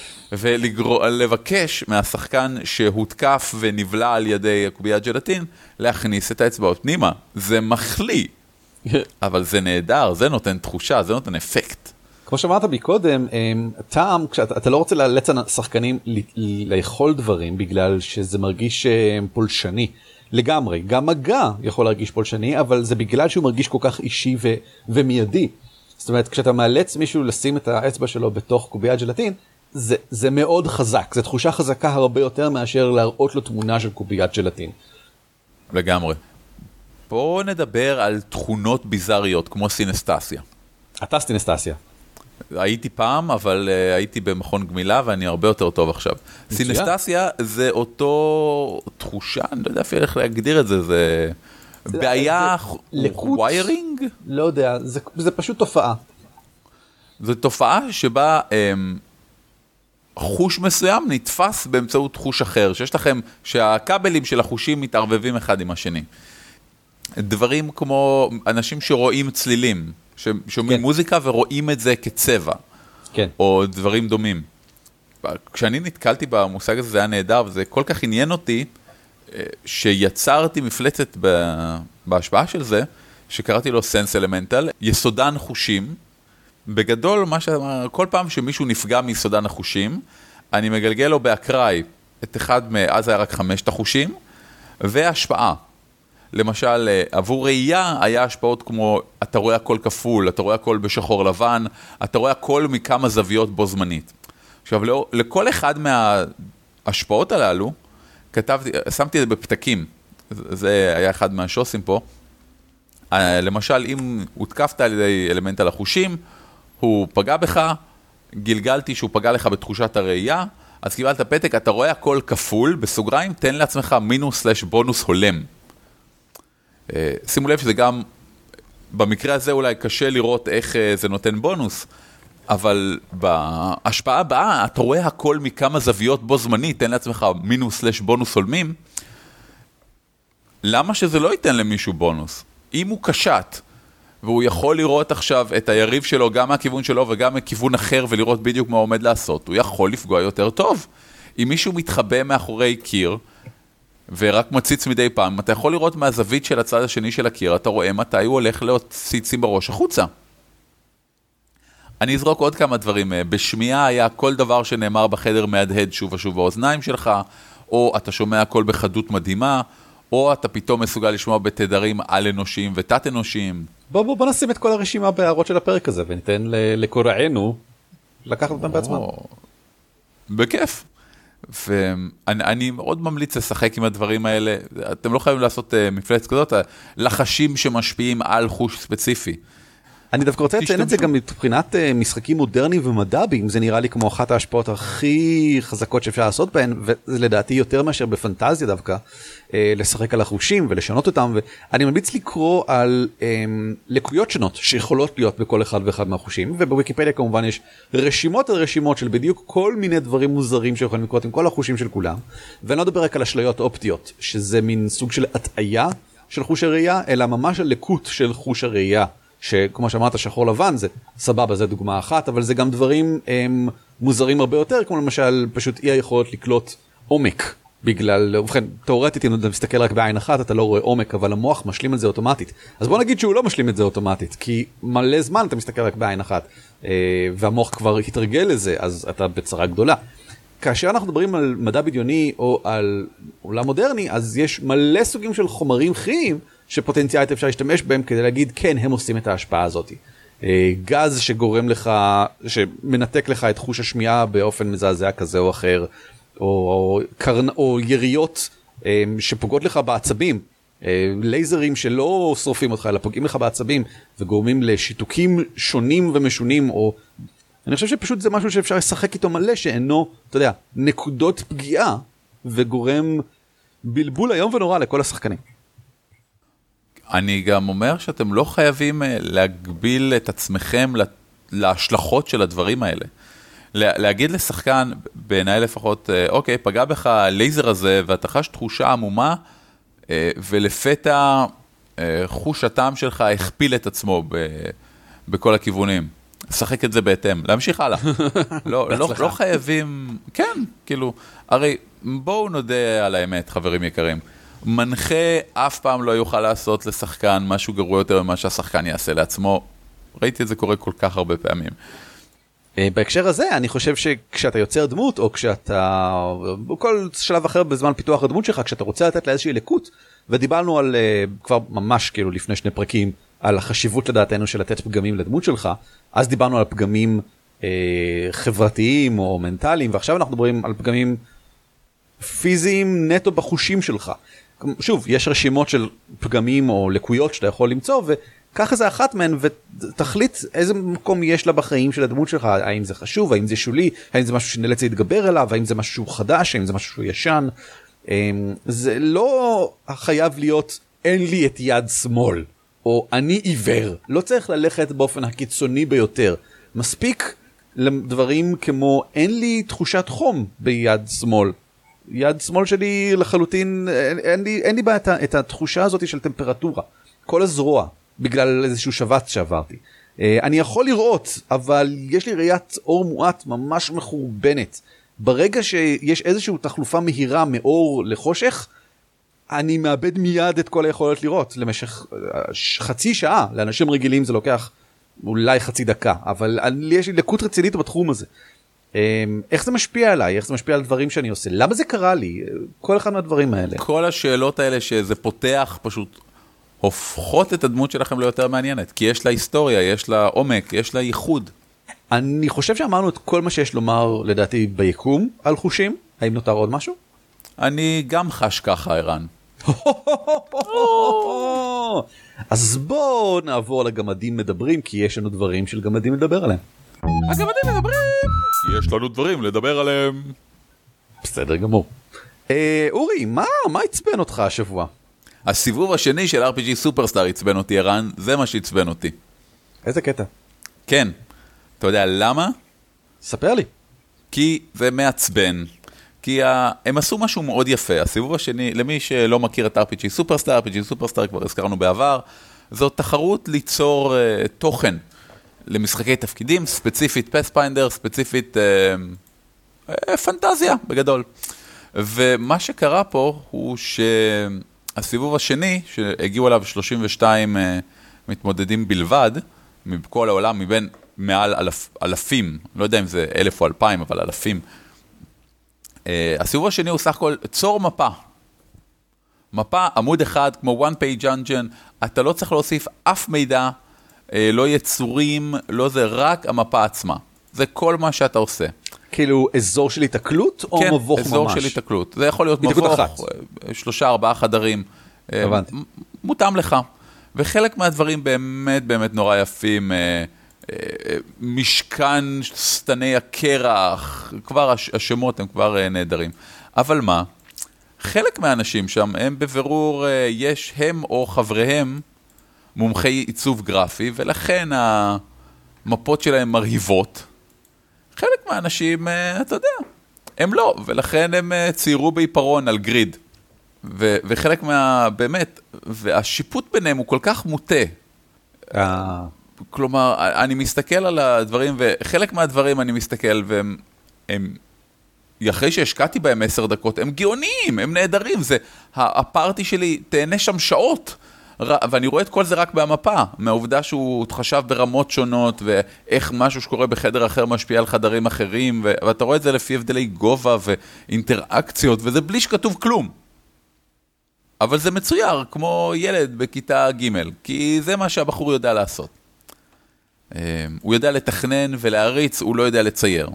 ולבקש מהשחקן שהותקף ונבלע על ידי קוביית ג'לטין להכניס את האצבעות פנימה? זה מחליא, אבל זה נהדר, זה נותן תחושה, זה נותן אפקט. כמו שאמרת מקודם, טעם, כשאתה לא רוצה לאלץ שחקנים לאכול דברים בגלל שזה מרגיש פולשני. לגמרי, גם מגע יכול להרגיש פולשני, אבל זה בגלל שהוא מרגיש כל כך אישי ו- ומיידי. זאת אומרת, כשאתה מאלץ מישהו לשים את האצבע שלו בתוך קוביית ג'לטין, זה, זה מאוד חזק, זו תחושה חזקה הרבה יותר מאשר להראות לו תמונה של קוביית ג'לטין. לגמרי. בואו נדבר על תכונות ביזריות כמו סינסטסיה. אתה סינסטסיה. הייתי פעם, אבל uh, הייתי במכון גמילה, ואני הרבה יותר טוב עכשיו. סינסטסיה זה אותו תחושה, אני לא יודע אפילו איך להגדיר את זה, זה בעיה לקות, וויירינג? לא יודע, זה, זה פשוט תופעה. זו תופעה שבה הם, חוש מסוים נתפס באמצעות חוש אחר, שיש לכם, שהכבלים של החושים מתערבבים אחד עם השני. דברים כמו אנשים שרואים צלילים, ששומעים כן. מוזיקה ורואים את זה כצבע, כן. או דברים דומים. כשאני נתקלתי במושג הזה, זה היה נהדר, וזה כל כך עניין אותי, שיצרתי מפלצת בהשפעה של זה, שקראתי לו סנס אלמנטל, יסודן חושים. בגדול, מה ש... כל פעם שמישהו נפגע מיסודן החושים, אני מגלגל לו באקראי את אחד מאז היה רק חמשת החושים, והשפעה. למשל, עבור ראייה היה השפעות כמו, אתה רואה הכל כפול, אתה רואה הכל בשחור לבן, אתה רואה הכל מכמה זוויות בו זמנית. עכשיו, לכל אחד מההשפעות הללו, כתבתי, שמתי את זה בפתקים, זה היה אחד מהשוסים פה, למשל, אם הותקפת על ידי אלמנט על החושים, הוא פגע בך, גלגלתי שהוא פגע לך בתחושת הראייה, אז קיבלת פתק, אתה רואה הכל כפול, בסוגריים, תן לעצמך מינוס סלש בונוס הולם. שימו לב שזה גם, במקרה הזה אולי קשה לראות איך זה נותן בונוס, אבל בהשפעה הבאה, אתה רואה הכל מכמה זוויות בו זמני, תן לעצמך מינוס סלש בונוס הולמים, למה שזה לא ייתן למישהו בונוס? אם הוא קשט, והוא יכול לראות עכשיו את היריב שלו גם מהכיוון שלו וגם מכיוון אחר ולראות בדיוק מה עומד לעשות, הוא יכול לפגוע יותר טוב. אם מישהו מתחבא מאחורי קיר ורק מציץ מדי פעם, אתה יכול לראות מהזווית של הצד השני של הקיר, אתה רואה מתי הוא הולך להציצים בראש החוצה. אני אזרוק עוד כמה דברים. בשמיעה היה כל דבר שנאמר בחדר מהדהד שוב ושוב באוזניים שלך, או אתה שומע הכל בחדות מדהימה, או אתה פתאום מסוגל לשמוע בתדרים על אנושיים ותת אנושיים. בוא, בוא, בוא נשים את כל הרשימה בהערות של הפרק הזה, וניתן לקוראינו לקחת אותם בעצמם. בכיף. ואני אני מאוד ממליץ לשחק עם הדברים האלה. אתם לא חייבים לעשות מפלצת כזאת, לחשים שמשפיעים על חוש ספציפי. אני דווקא רוצה לציין את זה גם מבחינת משחקים מודרניים ומדאביים, זה נראה לי כמו אחת ההשפעות הכי חזקות שאפשר לעשות בהן, ולדעתי יותר מאשר בפנטזיה דווקא, לשחק על החושים ולשנות אותם, ואני ממליץ לקרוא על לקויות שונות שיכולות להיות בכל אחד ואחד מהחושים, ובוויקיפדיה כמובן יש רשימות על רשימות של בדיוק כל מיני דברים מוזרים שיכולים לקרות עם כל החושים של כולם, ואני לא מדבר רק על אשליות אופטיות, שזה מין סוג של הטעיה של חוש הראייה, אלא ממש על לקות של חוש הראייה. שכמו שאמרת, שחור לבן, זה סבבה, זה דוגמה אחת, אבל זה גם דברים הם, מוזרים הרבה יותר, כמו למשל פשוט אי היכולת לקלוט עומק, בגלל, ובכן, תאורטית, אם אתה מסתכל רק בעין אחת, אתה לא רואה עומק, אבל המוח משלים את זה אוטומטית. אז בוא נגיד שהוא לא משלים את זה אוטומטית, כי מלא זמן אתה מסתכל רק בעין אחת, והמוח כבר התרגל לזה, אז אתה בצרה גדולה. כאשר אנחנו מדברים על מדע בדיוני או על עולם מודרני, אז יש מלא סוגים של חומרים כימיים שפוטנציאלית אפשר להשתמש בהם כדי להגיד, כן, הם עושים את ההשפעה הזאת. גז שגורם לך, שמנתק לך את חוש השמיעה באופן מזעזע כזה או אחר, או, או, קרנ... או יריות שפוגעות לך בעצבים, לייזרים שלא שורפים אותך, אלא פוגעים לך בעצבים, וגורמים לשיתוקים שונים ומשונים, או... אני חושב שפשוט זה משהו שאפשר לשחק איתו מלא, שאינו, אתה יודע, נקודות פגיעה, וגורם בלבול היום ונורא לכל השחקנים. אני גם אומר שאתם לא חייבים להגביל את עצמכם להשלכות של הדברים האלה. להגיד לשחקן, בעיניי לפחות, אוקיי, פגע בך הלייזר הזה, ואתה חש תחושה עמומה, ולפתע חוש הטעם שלך הכפיל את עצמו בכל הכיוונים. לשחק את זה בהתאם, להמשיך הלאה. לא, לא, לא חייבים, כן, כאילו, הרי בואו נודה על האמת, חברים יקרים. מנחה אף פעם לא יוכל לעשות לשחקן משהו גרוע יותר ממה שהשחקן יעשה לעצמו. ראיתי את זה קורה כל כך הרבה פעמים. בהקשר הזה, אני חושב שכשאתה יוצר דמות, או כשאתה, בכל שלב אחר בזמן פיתוח הדמות שלך, כשאתה רוצה לתת לה איזושהי לקות, ודיברנו על, כבר ממש כאילו לפני שני פרקים, על החשיבות לדעתנו של לתת פגמים לדמות שלך, אז דיברנו על פגמים אה, חברתיים או מנטליים, ועכשיו אנחנו מדברים על פגמים פיזיים נטו בחושים שלך. שוב, יש רשימות של פגמים או לקויות שאתה יכול למצוא, וככה זה אחת מהן, ותחליט איזה מקום יש לה בחיים של הדמות שלך, האם זה חשוב, האם זה שולי, האם זה משהו שנאלץ להתגבר אליו, האם זה משהו חדש, האם זה משהו ישן. זה לא חייב להיות אין לי את יד שמאל, או אני עיוור. לא צריך ללכת באופן הקיצוני ביותר. מספיק לדברים כמו אין לי תחושת חום ביד שמאל. יד שמאל שלי לחלוטין, אין, אין לי, אין לי בה את, את התחושה הזאת של טמפרטורה. כל הזרוע, בגלל איזשהו שבץ שעברתי. אני יכול לראות, אבל יש לי ראיית אור מועט ממש מחורבנת. ברגע שיש איזושהי תחלופה מהירה מאור לחושך, אני מאבד מיד את כל היכולת לראות למשך חצי שעה. לאנשים רגילים זה לוקח אולי חצי דקה, אבל אני, יש לי לקות רצינית בתחום הזה. איך זה משפיע עליי? איך זה משפיע על דברים שאני עושה? למה זה קרה לי? כל אחד מהדברים האלה. כל השאלות האלה שזה פותח פשוט הופכות את הדמות שלכם ליותר מעניינת, כי יש לה היסטוריה, יש לה עומק, יש לה ייחוד. אני חושב שאמרנו את כל מה שיש לומר לדעתי ביקום על חושים. האם נותר עוד משהו? אני גם חש ככה, ערן. אז בואו נעבור לגמדים מדברים, כי יש לנו דברים של גמדים לדבר עליהם. הגמדים מדברים! כי יש לנו דברים לדבר עליהם. בסדר גמור. אורי, מה מה עצבן אותך השבוע? הסיבוב השני של אר פי ג'י סופרסטאר עצבן אותי, ערן. זה מה שעצבן אותי. איזה קטע? כן. אתה יודע למה? ספר לי. כי זה מעצבן. כי ה... הם עשו משהו מאוד יפה. הסיבוב השני, למי שלא מכיר את אר פי ג'י סופרסטאר, אר פי ג'י סופרסטאר כבר הזכרנו בעבר, זו תחרות ליצור uh, תוכן למשחקי תפקידים, ספציפית פאת'פיינדר, ספציפית uh, uh, פנטזיה בגדול. ומה שקרה פה הוא שהסיבוב השני, שהגיעו עליו שלושים ושתיים uh, מתמודדים בלבד, מכל העולם, מבין מעל אלף, אלפים, לא יודע אם זה אלף או אלפיים, אבל אלפים. Uh, הסיבוב השני הוא סך הכל צור מפה. מפה, עמוד אחד, כמו one page dungeon, אתה לא צריך להוסיף אף מידע, uh, לא יצורים, לא זה, רק המפה עצמה. זה כל מה שאתה עושה. כאילו אזור של התקלות או כן, מבוך ממש? כן, אזור של התקלות. זה יכול להיות מבוך, אחת. שלושה, ארבעה חדרים. הבנתי. Uh, מותאם לך. וחלק מהדברים באמת באמת נורא יפים, uh, משכן סתני הקרח, כבר השמות הם כבר נהדרים. אבל מה? חלק מהאנשים שם הם בבירור, יש הם או חבריהם מומחי עיצוב גרפי, ולכן המפות שלהם מרהיבות. חלק מהאנשים, אתה יודע, הם לא, ולכן הם ציירו בעיפרון על גריד. ו- וחלק מה, באמת, והשיפוט ביניהם הוא כל כך מוטה. אה... כלומר, אני מסתכל על הדברים, וחלק מהדברים אני מסתכל, והם, הם, אחרי שהשקעתי בהם עשר דקות, הם גאונים, הם נהדרים, זה, הפארטי שלי תהנה שם שעות, ואני רואה את כל זה רק במפה, מהעובדה שהוא התחשב ברמות שונות, ואיך משהו שקורה בחדר אחר משפיע על חדרים אחרים, ואתה רואה את זה לפי הבדלי גובה ואינטראקציות, וזה בלי שכתוב כלום. אבל זה מצויר, כמו ילד בכיתה ג', כי זה מה שהבחור יודע לעשות. הוא יודע לתכנן ולהריץ, הוא לא יודע לצייר.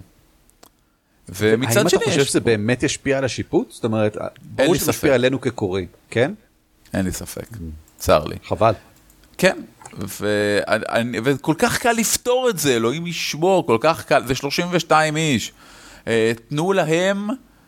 ומצד שני... האם אתה חושב שזה באמת ישפיע על השיפוט? זאת אומרת, ברור שזה ישפיע עלינו כקוראים, כן? אין לי ספק, צר לי. חבל. כן, וכל כך קל לפתור את זה, אלוהים ישמור, כל כך קל, זה שלושים ושתיים איש. תנו להם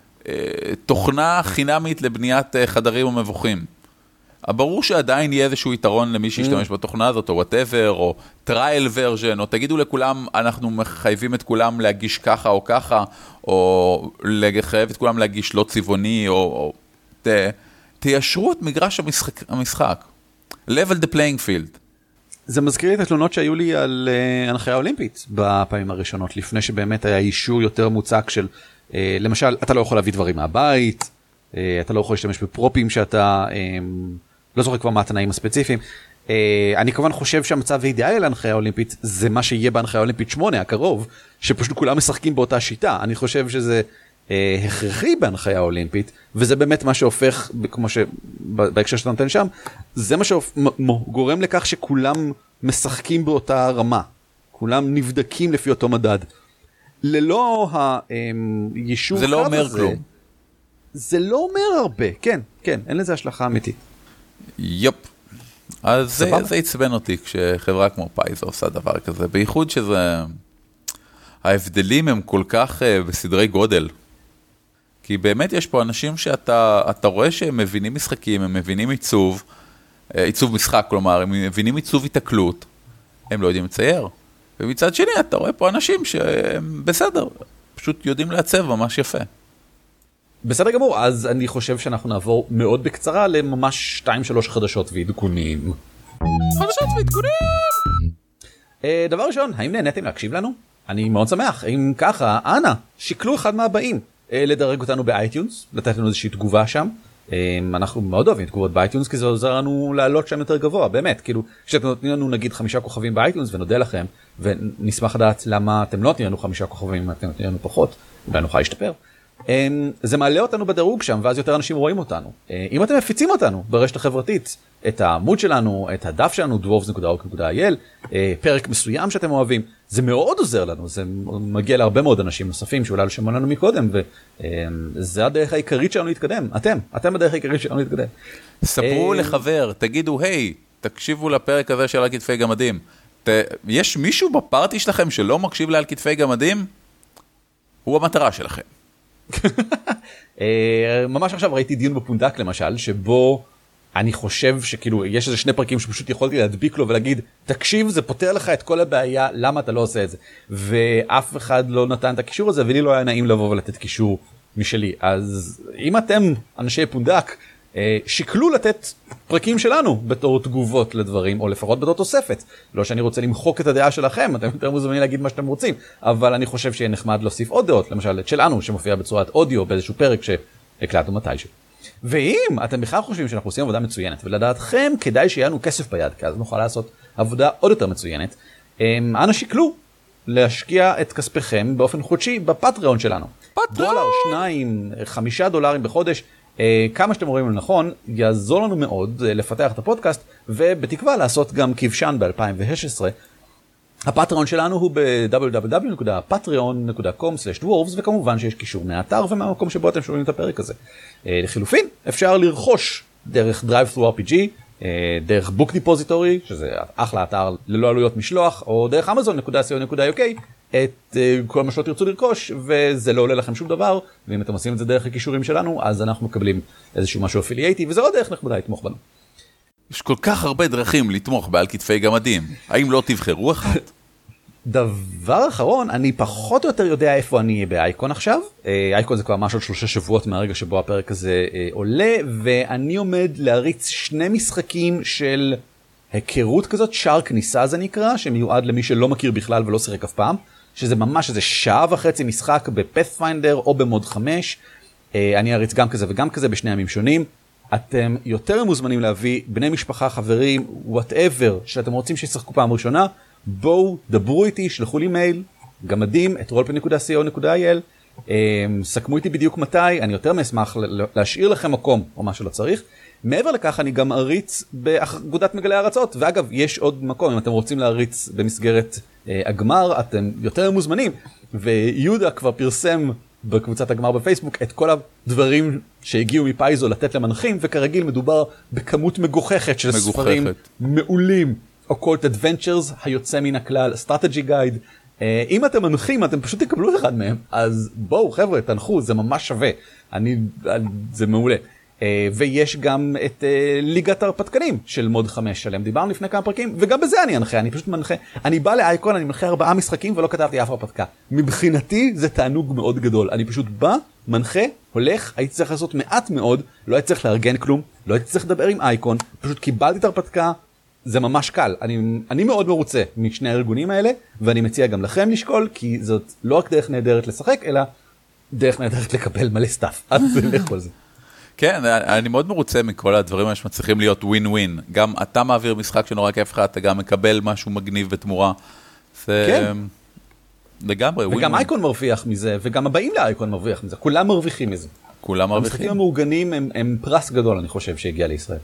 תוכנה חינמית לבניית חדרים ומבוכים. ברור שעדיין יהיה איזשהו יתרון למי שישתמש בתוכנה הזאת, או whatever, או trial version, או תגידו לכולם, אנחנו מחייבים את כולם להגיש ככה או ככה, או לחייב את כולם להגיש לא צבעוני, או, או ת, תיישרו את מגרש המשחק, המשחק. level the playing field. זה מזכיר לי את התלונות שהיו לי על uh, הנחיה אולימפית בפעמים הראשונות, לפני שבאמת היה אישור יותר מוצק של, uh, למשל, אתה לא יכול להביא דברים מהבית, uh, אתה לא יכול להשתמש בפרופים שאתה... Um, לא זוכר כבר מה התנאים הספציפיים. אני כמובן חושב שהמצב האידיאלי להנחיה האולימפית זה מה שיהיה בהנחיה האולימפית שמונה הקרוב, שפשוט כולם משחקים באותה שיטה. אני חושב שזה הכרחי בהנחיה האולימפית, וזה באמת מה שהופך, כמו שבהקשר שאתה נותן שם, זה מה שגורם לכך שכולם משחקים באותה רמה. כולם נבדקים לפי אותו מדד. ללא היישור זה לא אומר כלום. זה לא אומר הרבה, כן, כן, אין לזה השלכה אמיתית. יופ. אז זה, זה יצבן אותי כשחברה כמו פייזו עושה דבר כזה, בייחוד שזה... ההבדלים הם כל כך uh, בסדרי גודל. כי באמת יש פה אנשים שאתה אתה רואה שהם מבינים משחקים, הם מבינים עיצוב, עיצוב משחק, כלומר, הם מבינים עיצוב התקלות, הם לא יודעים לצייר. ומצד שני, אתה רואה פה אנשים שהם בסדר, פשוט יודעים לעצב ממש יפה. בסדר גמור, אז אני חושב שאנחנו נעבור מאוד בקצרה לממש שתיים שלוש חדשות ועדכונים. חדשות ועדכונים! דבר ראשון, האם נהניתם להקשיב לנו? אני מאוד שמח. אם ככה, אנא, שקלו אחד מהבאים. לדרג אותנו באייטיונס, לתת לנו איזושהי תגובה שם. אנחנו מאוד אוהבים תגובות באייטיונס, כי זה עוזר לנו לעלות שם יותר גבוה, באמת. כאילו, כשאתם נותנים לנו נגיד חמישה כוכבים באייטיונס, ונודה לכם, ונשמח לדעת למה אתם לא נותנים לנו חמישה כוכבים, אתם נותנים לנו פחות, אולי נוכל להשתפר. זה מעלה אותנו בדירוג שם, ואז יותר אנשים רואים אותנו. אם אתם מפיצים אותנו ברשת החברתית, את העמוד שלנו, את הדף שלנו, דוורבס נקודה אורג נקודה איי אל, פרק מסוים שאתם אוהבים, זה מאוד עוזר לנו, זה מגיע להרבה מאוד אנשים נוספים שאולי לא שמעו לנו מקודם, וזה הדרך העיקרית שלנו להתקדם. אתם, אתם הדרך העיקרית שלנו להתקדם. ספרו לחבר, תגידו, היי, תקשיבו לפרק הזה של על כתפי גמדים. יש מישהו בפארטי שלכם שלא מקשיב לעל כתפי גמדים? הוא המטרה שלכם. ממש עכשיו ראיתי דיון בפונדק למשל, שבו אני חושב שכאילו יש איזה שני פרקים שפשוט יכולתי להדביק לו ולהגיד, תקשיב, זה פותר לך את כל הבעיה, למה אתה לא עושה את זה? ואף אחד לא נתן את הקישור הזה, ולי לא היה נעים לבוא ולתת קישור משלי. אז אם אתם אנשי פונדק, שקלו לתת פרקים שלנו בתור תגובות לדברים, או לפחות בתור תוספת. לא שאני רוצה למחוק את הדעה שלכם, אתם יותר מוזמנים להגיד מה שאתם רוצים, אבל אני חושב שיהיה נחמד להוסיף עוד דעות, למשל את שלנו, שמופיע בצורת אודיו באיזשהו פרק שהקלטנו מתישהו. ואם אתם בכלל חושבים שאנחנו עושים עבודה מצוינת, ולדעתכם כדאי שיהיה לנו כסף ביד, כי אז נוכל לעשות עבודה עוד יותר מצוינת, אנא שקלו להשקיע את כספיכם באופן חודשי בפטריון שלנו. פטריון! דולר, שניים, חמישה דולרים בחודש, כמה שאתם רואים לנכון, יעזור לנו מאוד לפתח את הפודקאסט, ובתקווה לעשות גם כבשן ב-אלפיים ושש עשרה. הפטריון שלנו הוא ב-דאבליו דאבליו דאבליו נקודה פטריון נקודה קום סלאש דוורבס, וכמובן שיש קישור מהאתר ומהמקום שבו אתם שומעים את הפרק הזה. לחילופין, אפשר לרכוש דרך Drive-Thru אר פי ג'י, דרך Book Depository, שזה אחלה אתר ללא עלויות משלוח, או דרך אמזון נקודה סי או נקודה יו קיי, את כל מה שלא תרצו לרכוש, וזה לא עולה לכם שום דבר, ואם אתם עושים את זה דרך הכישורים שלנו, אז אנחנו מקבלים איזשהו משהו אפילייטי, וזה עוד דרך נחמדה לתמוך בנו. יש כל כך הרבה דרכים לתמוך בעל כתפי גמדים. האם לא תבחרו אחת? דבר אחרון, אני פחות או יותר יודע איפה אני אהיה באייקון עכשיו. אייקון זה כבר משהו של שלושה שבועות מהרגע שבו הפרק הזה עולה, ואני עומד להריץ שני משחקים של היכרות כזאת, שער כניסה זה נקרא, שמיועד למי שלא מכיר בכלל ולא שיחק אף פעם, שזה ממש איזה שעה וחצי משחק בפאת'פיינדר או במוד חמש. אני אריץ גם כזה וגם כזה בשני ימים שונים. אתם יותר מוזמנים להביא בני משפחה, חברים, whatever, שאתם רוצים שישחקו פעם ראשונה, בואו, דברו איתי, שלחו לי מייל, גמדים, את רולפלייז נקודה סי או נקודה איי אל, סכמו איתי בדיוק מתי, אני יותר מאשמח להשאיר לכם מקום, או מה שלא צריך. מעבר לכך, אני גם אריץ באגודת מגלי הארצות, ואגב, יש עוד מקום, אם אתם רוצים להריץ במסגרת הגמר, אתם יותר מוזמנים, ויהודה כבר פרסם בקבוצת הגמר בפייסבוק את כל הדברים שהגיעו מפייזו לתת למנחים, וכרגיל מדובר בכמות מגוחכת של מגוחכת. ספרים מעולים, Occult Adventures, היוצא מן הכלל, Strategy Guide. אם אתם מנחים, אתם פשוט תקבלו אחד מהם, אז בואו חבר'ה, תנחו, זה ממש שווה. אני, זה מעולה. ויש גם את ליגת הרפתקנים של מוד חמש, עליהם דיברנו לפני כמה פרקים, וגם בזה אני אנחה, אני פשוט מנחה. אני בא לאייקון, אני מנחה ארבעה משחקים ולא כתבתי אף הרפתקה. מבחינתי זה תענוג מאוד גדול. אני פשוט בא, מנחה, הולך, הייתי צריך לעשות מעט מאוד, לא הייתי צריך לארגן כלום, לא הייתי צריך לדבר עם אייקון, פשוט קיבלתי את הרפתקה, זה ממש קל. אני, אני מאוד מרוצה משני הארגונים האלה, ואני מציע גם לכם לשקול, כי זאת לא רק דרך נהדרת לשחק, אלא דרך נהדרת לקבל מלא סטאפ. אז לכו על זה. כן, אני מאוד מרוצה מכל הדברים האלה שמצליחים להיות ווין ווין. גם אתה מעביר משחק שנורא כיף לך, אתה גם מקבל משהו מגניב בתמורה. כן. לגמרי, ווין ווין. וגם אייקון מרוויח מזה, וגם הבאים לאייקון מרוויח מזה. כולם מרוויחים מזה. כולם מרוויחים. המשחקים המאורגנים הם, הם פרס גדול, אני חושב, שהגיע לישראל.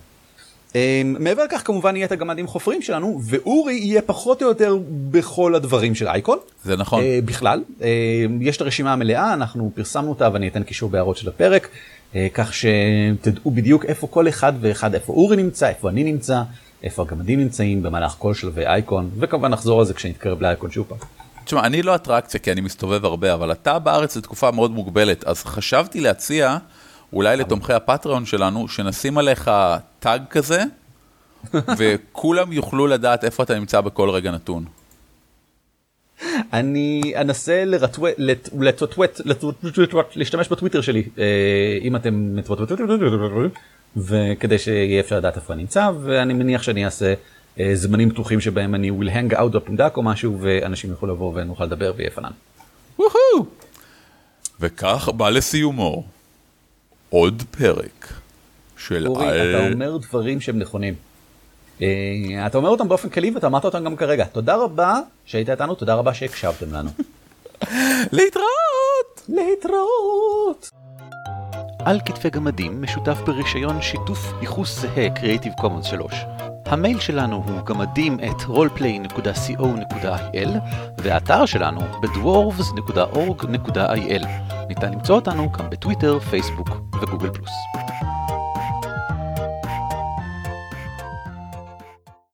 מעבר לכך כמובן יהיה את הגמדים חופרים שלנו, ואורי יהיה פחות או יותר בכל הדברים של אייקון. זה נכון. בכלל, יש את הרשימה המלאה, אנחנו פרסמנו אותה ואני אתן קישור בהערות של הפרק, כך שתדעו בדיוק איפה כל אחד ואחד, איפה אורי נמצא, איפה אני נמצא, איפה הגמדים נמצאים במהלך כל שלבי אייקון, וכמובן נחזור על זה כשנתקרב לאייקון שוב פעם. תשמע, אני לא אטרקציה כי אני מסתובב הרבה, אבל אתה בארץ לתקופה מאוד מוגבלת, אז חשבתי להציע אולי לתומכי הפטריון שלנו, שנשים עליך טאג כזה, וכולם יוכלו לדעת איפה אתה נמצא בכל רגע נתון. אני אנסה לרטווט, לטוטווט, להשתמש בטוויטר שלי, אם אתם וכדי שיהיה אפשר לדעת איפה אני נמצא, ואני מניח שאני אעשה זמנים פתוחים שבהם אני will hang out בפונדק או משהו, ואנשים יוכלו לבוא ונוכל לדבר ויהיה פנן. וואו! וכך בא לסיומו עוד פרק של... אורי, אתה אומר דברים שהם נכונים. אתה אומר אותם באופן כללי ואתה אמרת אותם גם כרגע. תודה רבה שהיית איתנו, תודה רבה שהקשבתם לנו. להתראות! להתראות! על כתפי גמדים משותף ברישיון שיתוף ייחוס זהה Creative Commons שלוש. המייל שלנו הוא גמדים את roleplay נקודה co נקודה il והאתר שלנו ב-dwarves נקודה org נקודה il. ניתן למצוא אותנו גם בטוויטר, פייסבוק וגוגל פלוס.